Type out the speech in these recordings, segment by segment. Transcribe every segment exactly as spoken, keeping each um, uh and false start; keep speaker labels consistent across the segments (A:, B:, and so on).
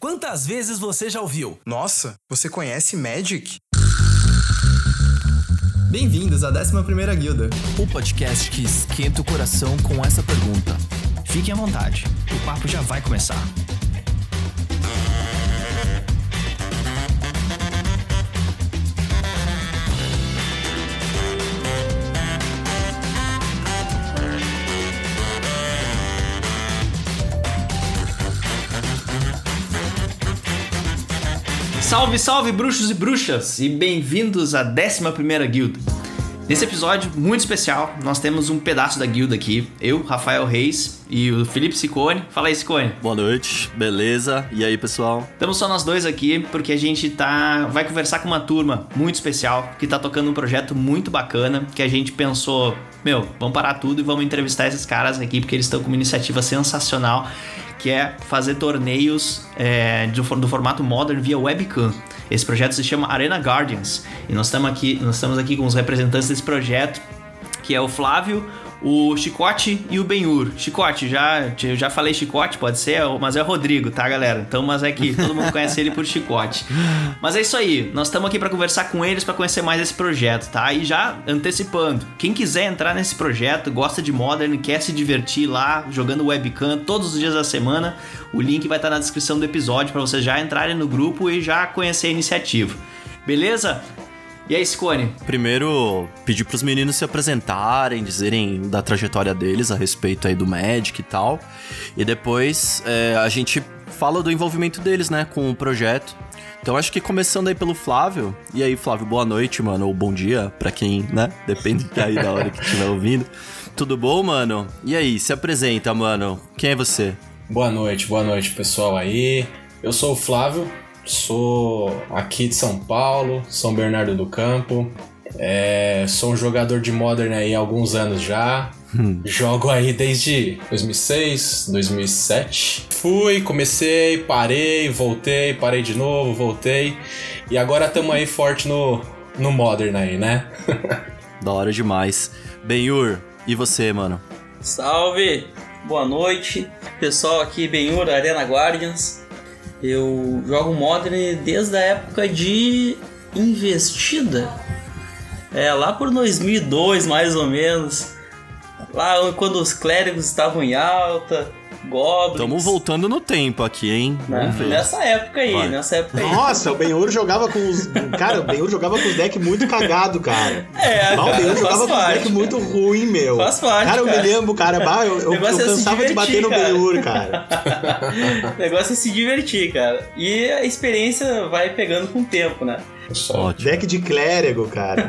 A: Quantas vezes você já ouviu?
B: Nossa, você conhece Magic?
C: Bem-vindos à décima primeira Guilda.
A: O podcast que esquenta o coração com essa pergunta. Fiquem à vontade, o papo já vai começar.
D: Salve, salve, bruxos e bruxas, e bem-vindos à décima primeira Guilda. Nesse episódio muito especial, nós temos um pedaço da guilda aqui, eu, Rafael Reis e o Felipe Ciccone. Fala aí, Ciccone.
E: Boa noite, beleza? E aí, pessoal?
D: Estamos só nós dois aqui porque a gente tá vai conversar com uma turma muito especial que tá tocando um projeto muito bacana, que a gente pensou, meu, vamos parar tudo e vamos entrevistar esses caras aqui porque eles estão com uma iniciativa sensacional, que é fazer torneios é, do, do formato Modern via webcam. Esse projeto se chama Arena Guardians e nós estamos aqui, nós estamos aqui com os representantes desse projeto, que é o Flávio, o Chicote e o Benhur. Chicote, já, eu já falei Chicote, pode ser, mas é o Rodrigo, tá, galera? Então, mas é que todo mundo conhece ele por Chicote. Mas é isso aí, nós estamos aqui para conversar com eles, para conhecer mais esse projeto, tá? E já antecipando, quem quiser entrar nesse projeto, gosta de Modern, quer se divertir lá, jogando webcam todos os dias da semana, o link vai estar na descrição do episódio para vocês já entrarem no grupo e já conhecer a iniciativa. Beleza? E aí, Ciccone?
E: Primeiro, pedir pros meninos se apresentarem, dizerem da trajetória deles a respeito aí do Magic e tal. E depois é, a gente fala do envolvimento deles, né, com o projeto. Então acho que começando aí pelo Flávio. E aí, Flávio, boa noite, mano, ou bom dia, pra quem, né, depende aí da hora que estiver ouvindo. Tudo bom, mano? E aí, se apresenta, mano. Quem é você?
F: Boa noite, boa noite, pessoal aí. Eu sou o Flávio. Sou aqui de São Paulo, São Bernardo do Campo, é, sou um jogador de Modern aí há alguns anos já, hum. Jogo aí desde dois mil e seis, dois mil e sete, fui, comecei, parei, voltei, parei de novo, voltei, e agora estamos aí forte no, no Modern aí, né?
E: Da hora demais. Benhur, e você, mano?
G: Salve, boa noite, pessoal aqui, Benhur, Arena Guardians. Eu jogo Modern desde a época de Investida. É, lá por dois mil e dois, mais ou menos. Lá quando os clérigos estavam em alta, goblins.
E: Estamos voltando no tempo aqui, hein?
G: Né? Nessa época aí, Vai. nessa época aí.
H: Nossa, o Benhur jogava com os... Cara, o Benhur jogava com os decks muito cagado, cara.
G: É,
H: bah, o Benhur jogava com os decks muito ruim, meu.
G: Faz parte,
H: cara. eu
G: cara.
H: me lembro, cara. Bah, eu, eu, eu cansava
G: divertir,
H: de bater no
G: cara.
H: Benhur, cara.
G: O negócio é se divertir, cara. E a experiência vai pegando com o tempo, né?
H: Ótimo. Deck de clérigo, cara.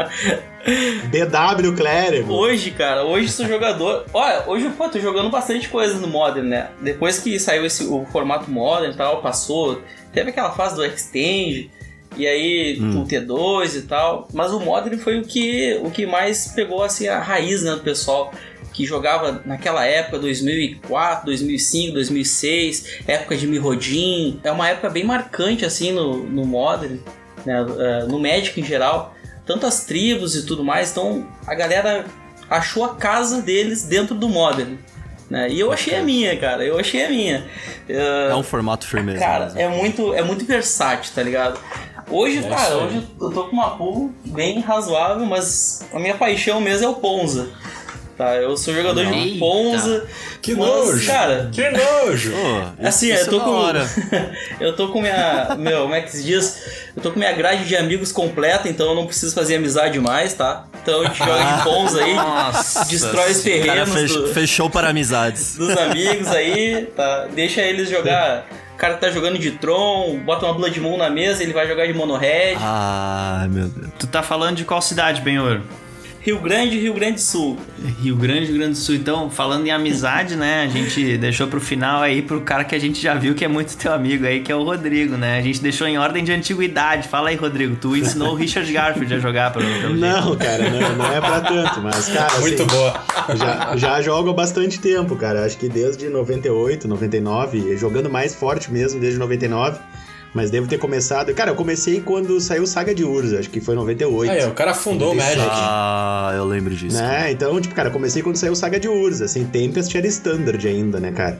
H: B W clérigo.
G: Hoje, cara, hoje sou jogador. Olha, hoje pô, tô jogando bastante coisa no Modern, né? Depois que saiu esse, o formato Modern e tal, passou. Teve aquela fase do Extend, e aí hum. o T dois e tal. Mas o Modern foi o que, o que mais pegou assim, a raiz, né, do pessoal que jogava naquela época, dois mil e quatro, dois mil e cinco, dois mil e seis, época de Mirrodin. É uma época bem marcante assim no, no Modern, né, uh, no Magic em geral, tantas tribos e tudo mais, então a galera achou a casa deles dentro do Modern, né? E eu achei a minha, cara, eu achei a minha. Uh,
E: é um formato firmeza.
G: Cara,
E: mesmo.
G: é muito, é muito versátil, tá ligado? Hoje, é cara, hoje eu tô com uma pool bem razoável, mas a minha paixão mesmo é o Ponza. Tá, eu sou jogador Eita. de Ponza.
F: Que
G: mas,
F: nojo!
G: Cara,
F: que nojo!
E: Oh,
G: assim, eu tô com. eu tô com minha. Meu, como é que se diz? Eu tô com minha grade de amigos completa, então eu não preciso fazer amizade mais, tá? Então a gente joga de Ponza aí, Nossa, destrói os terrenos.
E: Fech, do,
G: fechou
E: para amizades.
G: Dos amigos aí, tá? Deixa eles jogar. O cara que tá jogando de Tron, bota uma Blood Moon na mesa, ele vai jogar de Mono Red.
E: Ai, meu Deus.
D: Tu tá falando de qual cidade, Benhur?
G: Rio Grande, Rio Grande do Sul.
D: Rio Grande, Rio Grande do Sul. Então, falando em amizade, né? A gente deixou pro final aí pro cara que a gente já viu que é muito teu amigo aí, que é o Rodrigo, né? A gente deixou em ordem de antiguidade. Fala aí, Rodrigo. Tu ensinou o Richard Garfield a jogar pelo, pelo
H: Não,
D: jeito.
H: cara, não, não é pra tanto, mas, cara,
F: muito
H: assim,
F: boa.
H: Já, já jogo há bastante tempo, cara. Acho que desde noventa e oito, noventa e nove, jogando mais forte mesmo desde noventa e nove. Mas devo ter começado... Cara, eu comecei quando saiu Saga de Urza, acho que foi em noventa e oito.
F: Aí, o cara fundou o Magic.
E: Ah, eu lembro disso.
H: Né? Então, tipo, cara, eu comecei quando saiu Saga de Urza, assim, Tempest era Standard ainda, né, cara?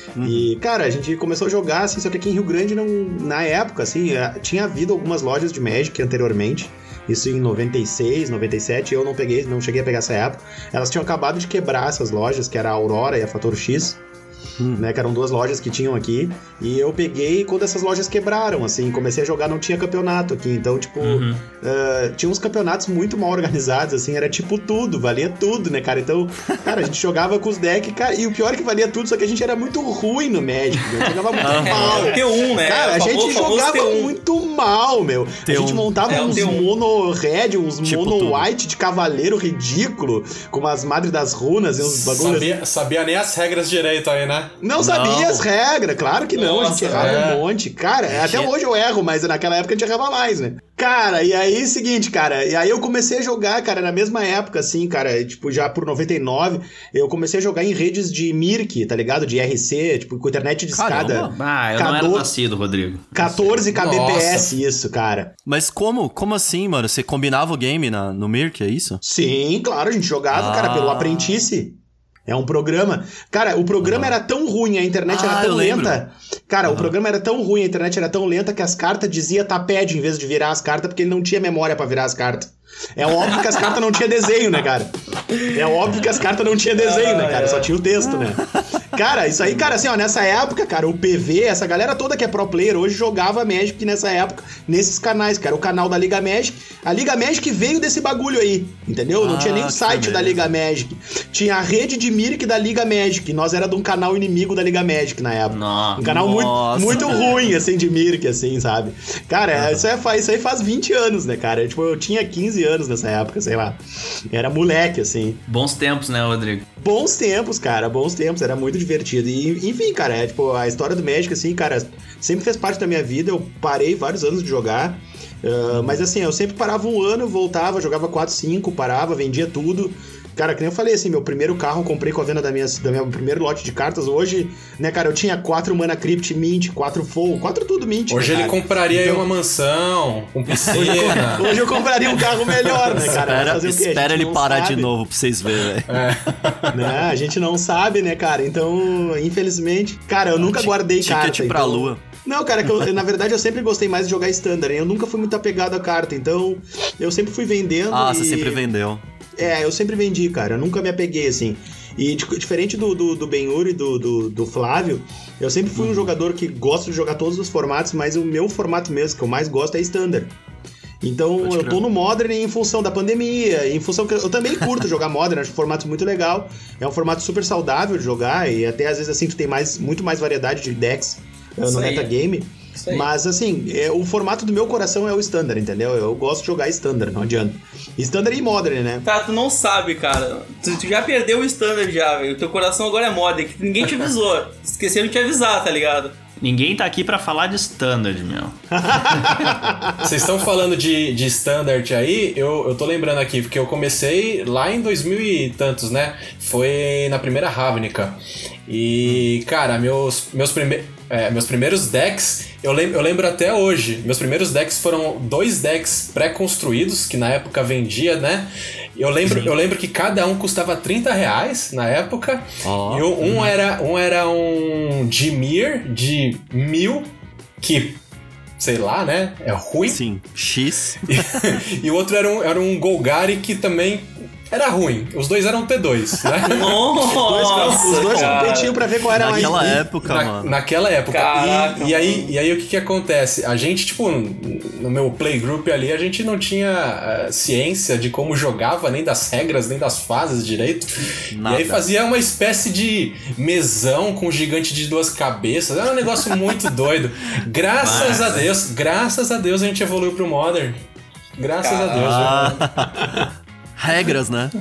H: Uhum. E, cara, a gente começou a jogar, assim, só que aqui em Rio Grande, não, na época, assim, tinha havido algumas lojas de Magic anteriormente. Isso em noventa e seis, noventa e sete, eu não peguei, não cheguei a pegar essa época. Elas tinham acabado de quebrar essas lojas, que era a Aurora e a Fator X. Hum. Né, que eram duas lojas que tinham aqui, e eu peguei quando essas lojas quebraram, assim, comecei a jogar, não tinha campeonato aqui, então, tipo, uhum. uh, tinha uns campeonatos muito mal organizados, assim, era tipo tudo, valia tudo, né, cara, então, cara, a gente jogava com os decks, cara, e o pior é que valia tudo, só que a gente era muito ruim no Magic, a gente jogava muito mal.
G: É o T um, né?
H: Cara, a gente jogava T um. Muito mal, meu. T um. A gente montava é, uns mono red, uns tipo mono tudo. White de cavaleiro ridículo, com umas madres das runas e uns bagulhos.
F: Sabia, sabia nem as regras direito aí, né?
H: Não, não sabia as regras, claro que não, Nossa, a gente errava é. um monte. Cara, até gente... hoje eu erro, mas naquela época a gente errava mais, né? Cara, e aí, seguinte, cara, e aí eu comecei a jogar, cara, na mesma época, assim, cara, tipo, já por noventa e nove, eu comecei a jogar em redes de Mirk, tá ligado? De R C, tipo, com internet de escada.
D: Ah, eu não era nascido, Rodrigo.
H: quatorze kbps, isso, cara.
E: Mas como? Como assim, mano? Você combinava o game na, no Mirk, é isso?
H: Sim, claro, a gente jogava, ah. cara, pelo Apprentice. É um programa... Cara, o programa ah. era tão ruim, a internet ah, era tão lenta... Cara, uhum. o programa era tão ruim, a internet era tão lenta que as cartas dizia tapad em vez de virar as cartas, porque ele não tinha memória pra virar as cartas. É óbvio que as cartas não tinha desenho, né, cara? É óbvio que as cartas não tinha desenho, né, cara? Só tinha o texto, né? Cara, isso aí, cara, assim, ó, nessa época, cara, o P V, essa galera toda que é pro player hoje jogava Magic nessa época, nesses canais, cara. O canal da Liga Magic. A Liga Magic veio desse bagulho aí, entendeu? Não ah, tinha nem o site da Liga Magic. Tinha a rede de Mirk da Liga Magic. Nós era de um canal inimigo da Liga Magic na época. Nossa, um canal muito, muito ruim, assim, de Mirk, assim, sabe? Cara, uhum. isso, é, isso aí faz vinte anos, né, cara? Tipo, eu tinha quinze anos nessa época, sei lá. Era moleque, assim.
D: Bons tempos, né, Rodrigo?
H: Bons tempos, cara, bons tempos. Era muito divertido. E, enfim, cara, é tipo, a história do Magic, assim, cara, sempre fez parte da minha vida. Eu parei vários anos de jogar. Uh, mas assim, eu sempre parava um ano, voltava, jogava quatro, cinco, parava, vendia tudo. Cara, que nem eu falei, assim, meu primeiro carro eu comprei com a venda da minha, da minha primeiro lote de cartas. Hoje, né, cara, eu tinha quatro Mana Crypt Mint, quatro Full, quatro tudo Mint.
F: Hoje
H: né,
F: ele compraria então... aí uma mansão, com piscina.
H: Hoje eu compraria um carro melhor, né, cara?
E: Espera, espera ele parar sabe. de novo pra vocês verem, velho.
H: É. Né, a gente não sabe, né, cara? Então, infelizmente... Cara, eu nunca guardei carta.
E: Ticket pra
H: então...
E: lua.
H: Não, cara, que eu, na verdade eu sempre gostei mais de jogar Standard. Eu nunca fui muito apegado à carta, então eu sempre fui vendendo.
E: Ah,
H: e...
E: você sempre vendeu.
H: É, eu sempre vendi, cara. Eu nunca me apeguei, assim. E diferente do, do, do Benhur e do, do, do Flávio, eu sempre fui um jogador que gosta de jogar todos os formatos, mas o meu formato mesmo, que eu mais gosto, é Standard. Então eu tô no Modern em função da pandemia, em função que eu também curto jogar Modern, acho o formato muito legal. É um formato super saudável de jogar e até às vezes assim tu tem mais, muito mais variedade de decks uh, no metagame. Mas assim, é, o formato do meu coração é o Standard, entendeu? Eu gosto de jogar Standard, não adianta. Standard e Modern, né?
G: Tá, tu não sabe, cara. Tu, tu já perdeu o Standard já, velho. O teu coração agora é Modern, que ninguém te avisou. Esqueceram de te avisar, tá ligado?
D: Ninguém tá aqui pra falar de Standard, meu.
F: Vocês estão falando de, de Standard aí, eu, eu tô lembrando aqui, porque eu comecei lá em dois mil e tantos, né? Foi na primeira Ravnica. E, cara, meus, meus, prime... é, meus primeiros decks, eu lembro, eu lembro até hoje, meus primeiros decks foram dois decks pré-construídos, que na época vendia, né? Eu lembro, eu lembro que cada um custava trinta reais na época. Oh, e um, hum. era, um era um Dimir de mil, que, sei lá, né? É ruim.
E: Sim, X.
F: E, e o outro era um, era um Golgari que também era ruim. Os dois eram T dois, né?
G: Nossa,
H: os dois competiam pra ver qual era
E: naquela
H: mais...
E: época,
F: na,
E: mano.
F: Naquela época.
G: Caraca,
F: e, e, aí, e aí o que que acontece? A gente, tipo, no meu playgroup ali, a gente não tinha uh, ciência de como jogava, nem das regras, nem das fases direito. Nada. E aí fazia uma espécie de mesão com um gigante de duas cabeças. Era um negócio muito doido. Graças Mas... a Deus, graças a Deus a gente evoluiu pro Modern. Graças Caraca. a Deus. Ah.
E: Regras, né?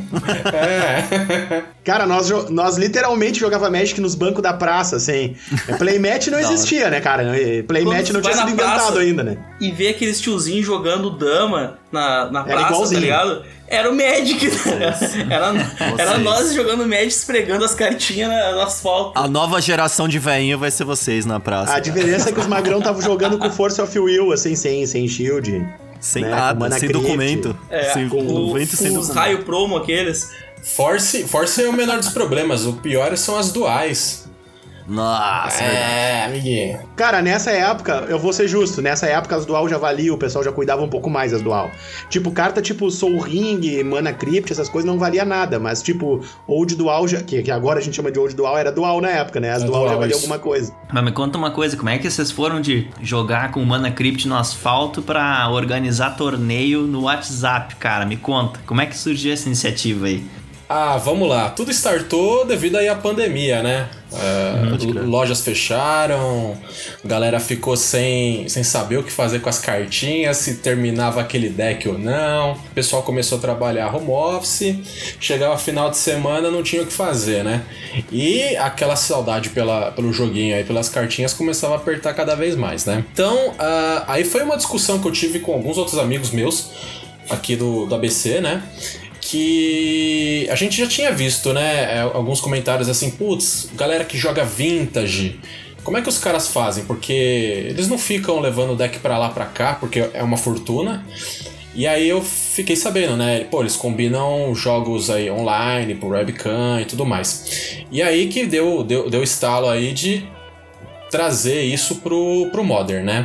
H: É. Cara, nós, nós literalmente jogava Magic nos bancos da praça, assim. Playmat não existia, né, cara? Playmat não tinha sido inventado ainda, né?
G: E ver aqueles tiozinhos jogando dama na, na praça, igualzinho. Tá ligado? Era o Magic, né? Era, era nós jogando Magic, esfregando as cartinhas no, no asfalto.
E: A nova geração de veinho vai ser vocês na praça.
H: A diferença é que os magrão estavam jogando com Force of Will, assim, sem, sem shield.
E: Sem né? nada, sem Crypt. documento.
G: É,
E: sem
G: com
E: documento, sem
G: os raio promo aqueles.
F: Force, Force é o menor dos problemas. O pior são as duais.
E: Nossa,
F: É, amiguinho.
H: Cara, nessa época, eu vou ser justo, nessa época as dual já valiam, o pessoal já cuidava um pouco mais das dual. Tipo, carta tipo Soul Ring, Mana Crypt, essas coisas não valia nada, mas tipo, Old Dual, já, que, que agora a gente chama de Old Dual, era dual na época, né? As
F: É
H: dual,
F: dual,
H: já valiam
F: isso.
H: alguma coisa.
D: Mas me conta uma coisa, como é que vocês foram de jogar com Mana Crypt no asfalto pra organizar torneio no WhatsApp, cara? Me conta, como é que surgiu essa iniciativa aí?
F: Ah, vamos lá. Tudo startou devido aí à pandemia, né? É, lojas fecharam, a galera ficou sem, sem saber o que fazer com as cartinhas, se terminava aquele deck ou não. O pessoal começou a trabalhar home office, chegava final de semana, não tinha o que fazer, né? E aquela saudade pela, pelo joguinho aí, pelas cartinhas, começava a apertar cada vez mais, né? Então, uh, aí foi uma discussão que eu tive com alguns outros amigos meus aqui do, do A B C, né? Que a gente já tinha visto, né, alguns comentários assim, putz, galera que joga Vintage, como é que os caras fazem? Porque eles não ficam levando o deck pra lá, pra cá, porque é uma fortuna. E aí eu fiquei sabendo, né, pô, eles combinam jogos aí online, por webcam e tudo mais. E aí que deu, deu, deu estalo aí de trazer isso pro, pro Modern, né.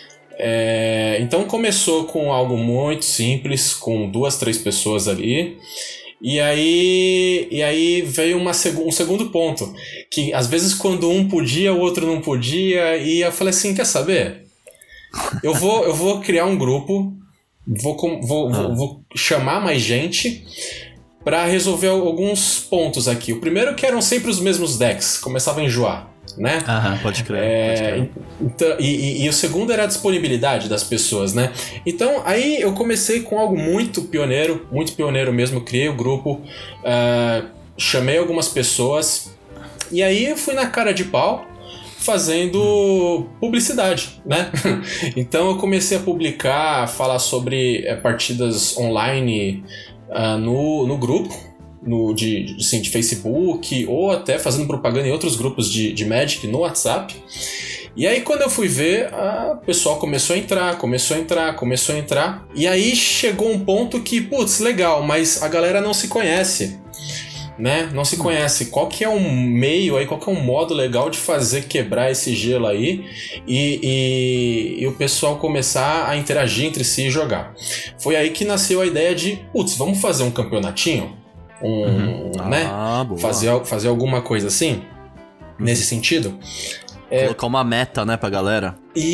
F: É, então começou com algo muito simples, com duas, três pessoas ali, e aí, e aí veio uma seg- um segundo ponto, que às vezes quando um podia, o outro não podia, e eu falei assim, quer saber? Eu vou, eu vou criar um grupo, vou, com- vou, vou, vou chamar mais gente para resolver alguns pontos aqui. O primeiro que eram sempre os mesmos decks, começava a enjoar, né?
D: Aham,
E: pode crer.
F: É,
E: pode crer.
F: então, e, e, e o segundo era a disponibilidade das pessoas, né? Então aí eu comecei com algo muito pioneiro, muito pioneiro mesmo, criei o grupo, uh, chamei algumas pessoas e aí eu fui na cara de pau fazendo publicidade, né? Então eu comecei a publicar, falar sobre é, partidas online uh, no, no grupo, No, de, assim, de Facebook, ou até fazendo propaganda em outros grupos de, de Magic no WhatsApp. E aí quando eu fui ver, o pessoal começou a entrar, começou a entrar, começou a entrar. E aí chegou um ponto que, putz, legal, mas a galera não se conhece, né? Não se conhece. Qual que é um meio aí, qual que é um modo legal de fazer quebrar esse gelo aí e, e, e o pessoal começar a interagir entre si e jogar. Foi aí que nasceu a ideia de, putz, vamos fazer um campeonatinho? Um,
E: Uhum.
F: né?
E: Ah, boa.
F: Fazer, fazer alguma coisa assim, nesse sentido. É,
E: Colocar uma meta, né, pra galera.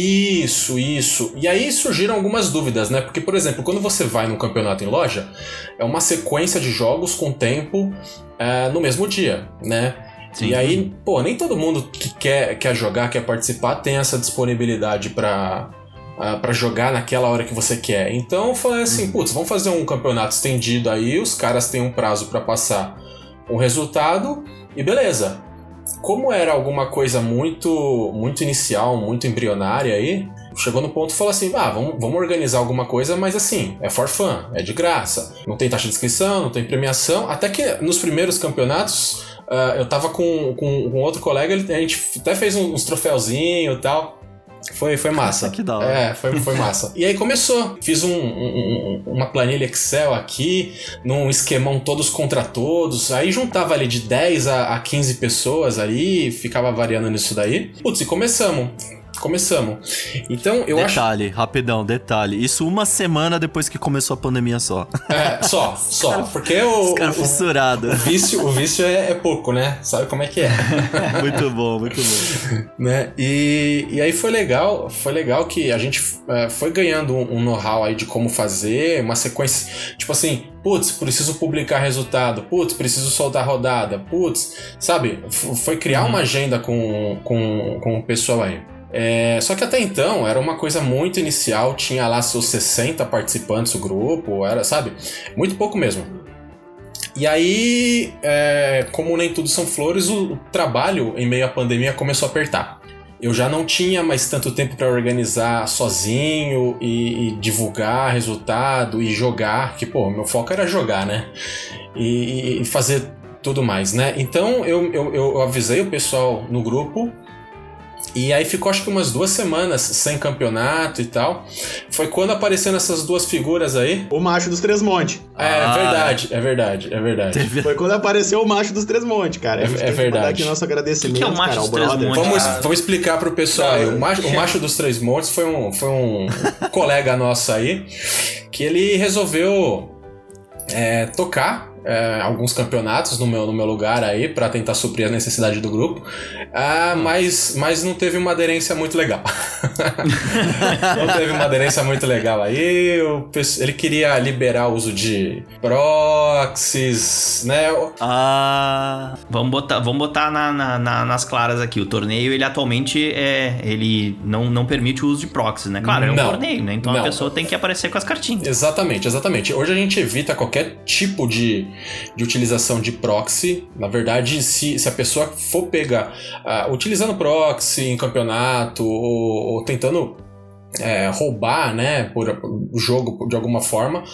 F: Isso, isso. E aí surgiram algumas dúvidas, né? Porque, por exemplo, quando você vai num campeonato em loja, é uma sequência de jogos com tempo é, no mesmo dia, né? Sim. E aí, pô, nem todo mundo que quer, quer jogar, quer participar, tem essa disponibilidade pra... Uh, pra jogar naquela hora que você quer. Então eu falei assim, putz, vamos fazer um campeonato estendido aí, os caras têm um prazo pra passar um resultado e beleza. Como era alguma coisa muito muito inicial, muito embrionária aí, chegou no ponto e falou assim, ah, vamos, vamos organizar alguma coisa, mas assim, é for fun, é de graça, não tem taxa de inscrição, não tem premiação, até que nos primeiros campeonatos uh, eu tava com, com, com outro colega, a gente até fez uns troféuzinhos e tal. Foi, foi massa.
E: Que da hora.
F: É, foi, foi massa. E aí começou. Fiz um, um, uma planilha Excel aqui, num esquemão todos contra todos. Aí juntava ali de dez a quinze pessoas ali, ficava variando nisso daí. Putz, e começamos. Começamos. Então, eu acho...
E: Detalhe, rapidão, detalhe. Isso uma semana depois que começou a pandemia só.
F: É, só, só. Cara, porque o...
E: Os caras fissurados.
F: O vício, o vício é, é pouco, né? Sabe como é que é.
E: Muito bom, muito bom.
F: Né? E, e aí foi legal, foi legal que a gente é, foi ganhando um, um know-how aí de como fazer, uma sequência, tipo assim, putz, preciso publicar resultado, putz, preciso soltar rodada, putz, sabe? F- foi criar uhum. uma agenda com, com, com o pessoal aí. É, só que até então era uma coisa muito inicial, tinha lá seus sessenta participantes o grupo, era, sabe? Muito pouco mesmo. E aí, é, como nem tudo são flores, o, o trabalho em meio à pandemia começou a apertar. Eu já não tinha mais tanto tempo para organizar sozinho e, e divulgar resultado e jogar, que pô, meu foco era jogar, né? E, e fazer tudo mais, né? Então eu, eu, eu avisei o pessoal no grupo E aí ficou acho que umas duas semanas sem campeonato e tal. Foi quando apareceram essas duas figuras aí.
H: O macho dos Três Montes.
F: É, ah, é verdade, é verdade, é verdade.
H: Teve... Foi quando apareceu o macho dos Três Montes, cara. A gente
F: é, é
H: tem
F: verdade.
H: que mandar aqui nosso agradecimento,
D: que que é o macho
H: cara,
D: dos
H: ao
D: Três
H: brother.
D: Montes?
F: Vamos, vamos explicar pro pessoal aí. O macho, o macho dos Três Montes foi um, foi um colega nosso aí que ele resolveu é, tocar É, alguns campeonatos no meu, no meu lugar aí pra tentar suprir a necessidade do grupo, ah, mas, mas não teve uma aderência muito legal. Não teve uma aderência muito legal aí. O, ele queria liberar o uso de proxies, né?
D: Ah, vamos botar, vamos botar na, na, na, nas claras aqui. O torneio, ele atualmente é, ele não, não permite o uso de proxies, né? Claro, é um
F: não,
D: torneio, né? Então
F: não.
D: a pessoa tem que aparecer com as cartinhas.
F: Exatamente, exatamente. Hoje a gente evita qualquer tipo de de utilização de proxy. Na verdade, se, se a pessoa for pegar uh, utilizando proxy em campeonato ou, ou tentando é, roubar, né, por, o jogo de alguma forma,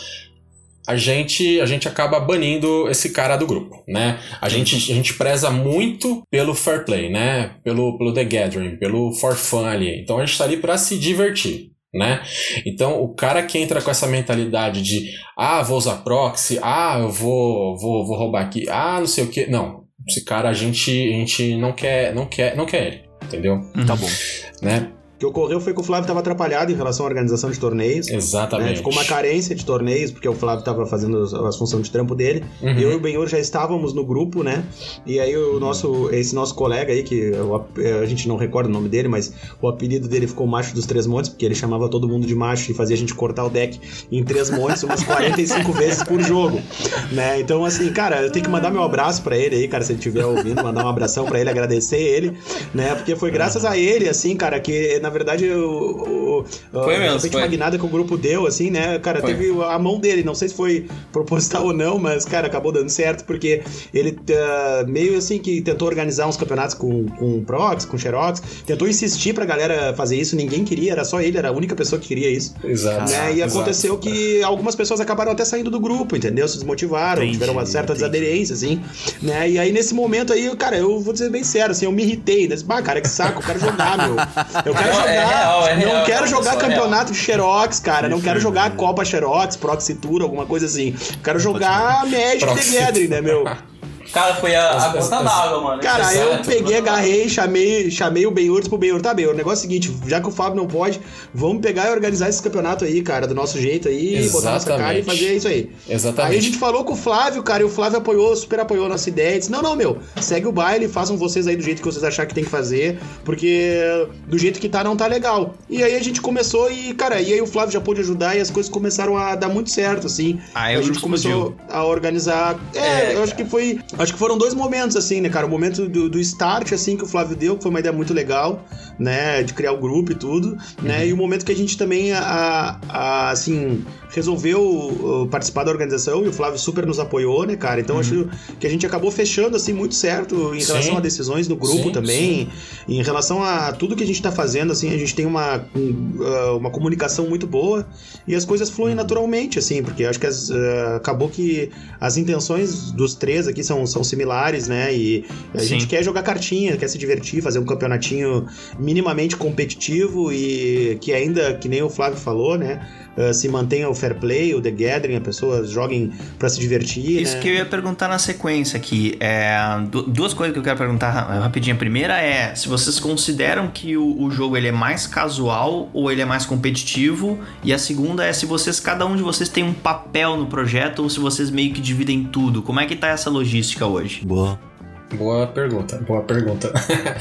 F: a gente, a gente acaba banindo esse cara do grupo, né? A gente, a gente preza muito pelo fair play, né? Pelo, pelo The Gathering, pelo for fun ali. Então a gente tá ali pra se divertir, né? Então o cara que entra com essa mentalidade de ah, vou usar proxy, ah, eu vou, vou, vou roubar aqui, ah, não sei o que, não, esse cara a gente, a gente não quer, não quer, não quer ele, entendeu?
E: Tá bom,
F: né?
H: O que ocorreu foi que o Flávio estava atrapalhado em relação à organização de torneios.
F: Exatamente.
H: Né? Ficou uma carência de torneios, porque o Flávio estava fazendo as, as funções de trampo dele.
F: Uhum.
H: Eu e o Benhur já estávamos no grupo, né? E aí o nosso, esse nosso colega aí, que eu, a gente não recorda o nome dele, mas o apelido dele ficou Macho dos Três Montes, porque ele chamava todo mundo de macho e fazia a gente cortar o deck em Três Montes umas quarenta e cinco vezes por jogo, né? Então, assim, cara, eu tenho que mandar meu abraço pra ele aí, cara, se ele estiver ouvindo, mandar um abração pra ele, agradecer ele, né? Porque foi graças a ele, assim, cara, que na verdade eu O,
G: foi
H: a,
G: mesmo,
H: a
G: foi.
H: magnada que o grupo deu, assim, né, cara,
G: Foi.
H: teve a mão dele, não sei se foi proposital ou não, mas, cara, acabou dando certo, porque ele uh, meio assim que tentou organizar uns campeonatos com, com Prox, com Xerox, tentou insistir pra galera fazer isso, ninguém queria, era só ele, era a única pessoa que queria isso.
F: Exato.
H: Né? E
F: Exato.
H: aconteceu que algumas pessoas acabaram até saindo do grupo, entendeu? Se desmotivaram,
E: Entendi,
H: tiveram uma certa
E: entendi.
H: desaderência, assim, né? E aí, nesse momento aí, cara, eu vou dizer bem sério, assim, eu me irritei, né? Bah, cara, que saco, eu quero jogar, meu. Eu quero
G: Não,
H: jogar,
G: é real, é
H: não
G: real,
H: quero
G: é
H: jogar
G: real.
H: campeonato de Xerox, cara, não quero jogar a Copa Xerox, Proxy Tour, alguma coisa assim. Quero jogar Magic
F: Proxy
H: The Gathering, né, meu?
G: Cara, foi a, a
F: As-
G: gota
F: as-
G: d'água, mano.
H: Cara,
F: Exato.
H: eu peguei, agarrei, chamei, chamei o Benhur pro Benhur. Tá, Benhur, o negócio é o seguinte, já que o Fábio não pode, vamos pegar e organizar esse campeonato aí, cara, do nosso jeito aí, botar nossa cara e fazer isso aí.
F: Exatamente.
H: Aí a gente falou com o Flávio, cara, e o Flávio apoiou, super apoiou a nossa ideia. Disse, não, não, meu, segue o baile, façam vocês aí do jeito que vocês acharem que tem que fazer, porque do jeito que tá, não tá legal. E aí a gente começou e, cara, e aí o Flávio já pôde ajudar e as coisas começaram a dar muito certo, assim.
D: Aí
H: a
D: o
H: gente
D: grupo
H: começou
D: explodiu.
H: a organizar. É,
G: É,
H: eu acho que foi. Acho que foram dois momentos, assim, né, cara? O momento do, do start, assim, que o Flávio deu, que foi uma ideia muito legal, né? De criar o grupo e tudo, né? E o momento que a gente também, a, a, assim, resolveu uh, participar da organização e o Flávio super nos apoiou, né, cara? Então acho que a gente acabou fechando, assim, muito certo em
F: Sim.
H: relação a decisões no grupo
F: Sim,
H: também. Em relação a tudo que a gente tá fazendo, assim, a gente tem uma, um, uh, uma comunicação muito boa e as coisas fluem naturalmente, assim, porque acho que as, uh, acabou que as intenções dos três aqui são, são similares, né? E a
D: Sim.
H: gente quer jogar cartinha, quer se divertir, fazer um campeonatinho minimamente competitivo e que ainda, que nem o Flávio falou, né? Uh, se mantenha o fair play, o The Gathering, as pessoas joguem pra se divertir,
D: Isso
H: né?
D: que eu ia perguntar na sequência aqui. É, du- duas coisas que eu quero perguntar ra- rapidinho. A primeira é se vocês consideram que o, o jogo ele é mais casual ou ele é mais competitivo. E a segunda é se vocês, cada um de vocês tem um papel no projeto ou se vocês meio que dividem tudo. Como é que tá essa logística hoje?
E: Boa.
F: Boa pergunta, boa pergunta.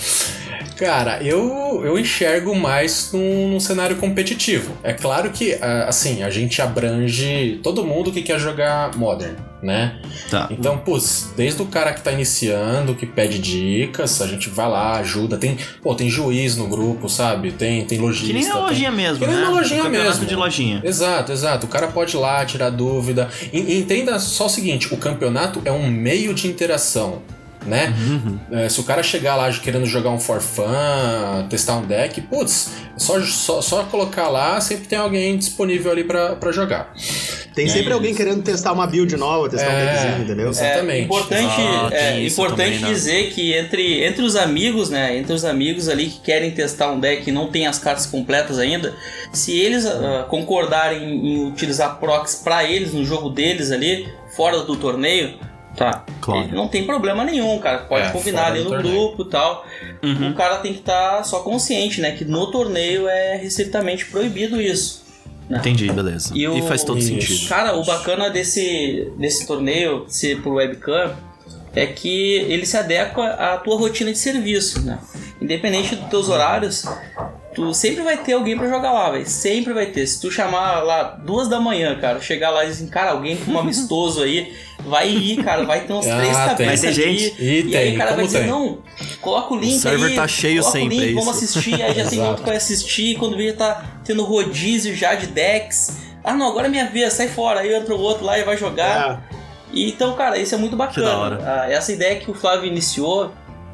F: Cara, eu, eu enxergo mais num, num cenário competitivo. É claro que, assim, a gente abrange todo mundo que quer jogar Modern, né?
D: Tá.
F: Então, putz, desde o cara que tá iniciando, que pede dicas, a gente vai lá, ajuda. Tem, pô, tem juiz no grupo, sabe? Tem, tem lojista.
D: Que nem na
F: tem...
D: lojinha mesmo,
F: Que nem
D: né?
F: na lojinha
D: O campeonato
F: mesmo.
D: de lojinha.
F: Exato, exato. O cara pode ir lá tirar dúvida. E, entenda só o seguinte, o campeonato é um meio de interação, né?
E: Uhum.
F: É, se o cara chegar lá querendo jogar um for fun, testar um deck, putz, só, só, só colocar lá, sempre tem alguém disponível ali pra, pra jogar.
H: Tem sempre
G: é
H: alguém
G: isso.
H: querendo testar uma build nova, testar
F: É,
H: um deckzinho, entendeu?
F: exatamente.
G: É importante,
E: Ah,
G: é,
E: tem isso
G: importante
E: também, né?
G: dizer que entre, entre os amigos, né? Entre os amigos ali que querem testar um deck e não tem as cartas completas ainda, se eles uh, concordarem em utilizar procs pra eles no jogo deles ali, fora do torneio, tá?
E: Claro.
G: Não tem problema nenhum, cara. Pode
F: É,
G: combinar
F: fora
G: ali
F: do
G: no
F: torneio.
G: grupo e tal.
D: Uhum.
G: O cara tem que estar só consciente, né? Que no torneio é restritamente proibido isso.
E: Entendi, beleza.
G: E
E: E,
G: o-
E: faz todo
F: Isso.
E: sentido.
G: Cara, o bacana desse, desse torneio, ser por webcam, é que ele se adequa à tua rotina de serviço, né? Independente dos teus horários, tu sempre vai ter alguém pra jogar lá, velho. Sempre vai ter. Se tu chamar lá duas da manhã, cara, chegar lá e dizer, cara, alguém com um amistoso aí, vai ir, cara, vai ter uns
F: Ah,
G: três
F: tem.
G: cabeças
D: Vai ter
G: aqui.
F: gente.
G: E,
F: E
G: aí
F: tem,
G: o cara vai
F: como
G: dizer,
F: tem.
G: não, coloca o link
E: O server
G: aí.
E: tá cheio
G: coloca
E: sempre,
G: o link,
E: é
G: vamos
E: isso.
G: assistir, aí já tem
F: Exato.
G: outro que vai assistir, quando vê já tá tendo rodízio já de decks. Ah não, agora é minha vez, sai fora. Aí entra o outro lá e vai jogar.
H: É.
G: E, então, cara, isso é muito
E: Que da
G: bacana.
E: hora.
G: Ah, essa ideia que o Flávio iniciou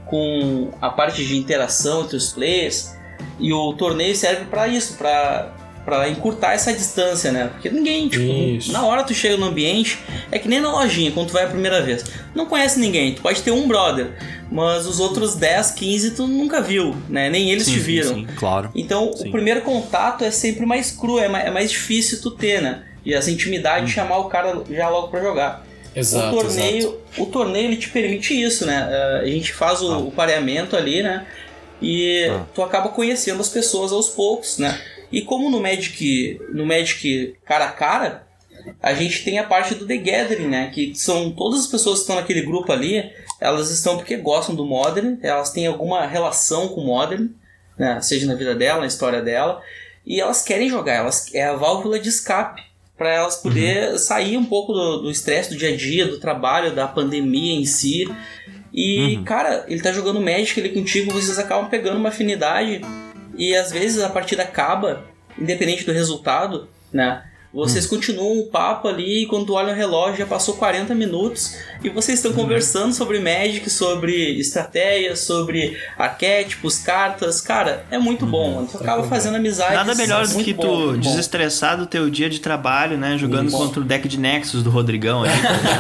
G: com a parte de interação entre os players, e o torneio serve pra isso, pra, pra encurtar essa distância, né? Porque ninguém, tipo,
F: Isso.
G: na hora tu chega no ambiente, é que nem na lojinha, quando tu vai a primeira vez. Não conhece ninguém, tu pode ter um brother, mas os outros dez, quinze tu nunca viu, né? Nem eles
E: Sim,
G: te
E: sim,
G: viram.
E: sim, claro.
G: Então,
E: Sim.
G: o primeiro contato é sempre mais cru, é mais, é mais difícil tu ter, né? E essa intimidade de chamar o cara já logo pra jogar.
F: Exato,
G: o torneio,
F: exato.
G: o torneio ele te permite isso, né? Uh, a gente faz o,
E: Ah.
G: o pareamento ali, né? E
E: Ah.
G: tu acaba conhecendo as pessoas aos poucos, né? E como no Magic, no Magic cara a cara, a gente tem a parte do The Gathering, né? Que são todas as pessoas que estão naquele grupo ali, elas estão porque gostam do Modern, elas têm alguma relação com o Modern, né? Seja na vida dela, na história dela, e elas querem jogar, elas, é a válvula de escape para elas poder
E: Uhum.
G: sair um pouco do estresse do, do dia a dia, do trabalho, da pandemia em si. E,
E: Uhum.
G: cara, ele tá jogando Magic ali contigo, vocês acabam pegando uma afinidade e às vezes a partida acaba, independente do resultado, né? Vocês continuam o papo ali e quando tu olha o relógio já passou quarenta minutos e vocês estão conversando sobre Magic, sobre estratégias, sobre arquétipos, cartas. Cara, é muito bom, mano. Tu acaba fazendo amizade.
D: Nada melhor do
G: muito
D: que
G: bom,
D: tu
G: muito bom.
D: desestressar do teu dia de trabalho, né? Jogando
G: Muito bom.
D: contra o deck de Nexus do Rodrigão aí.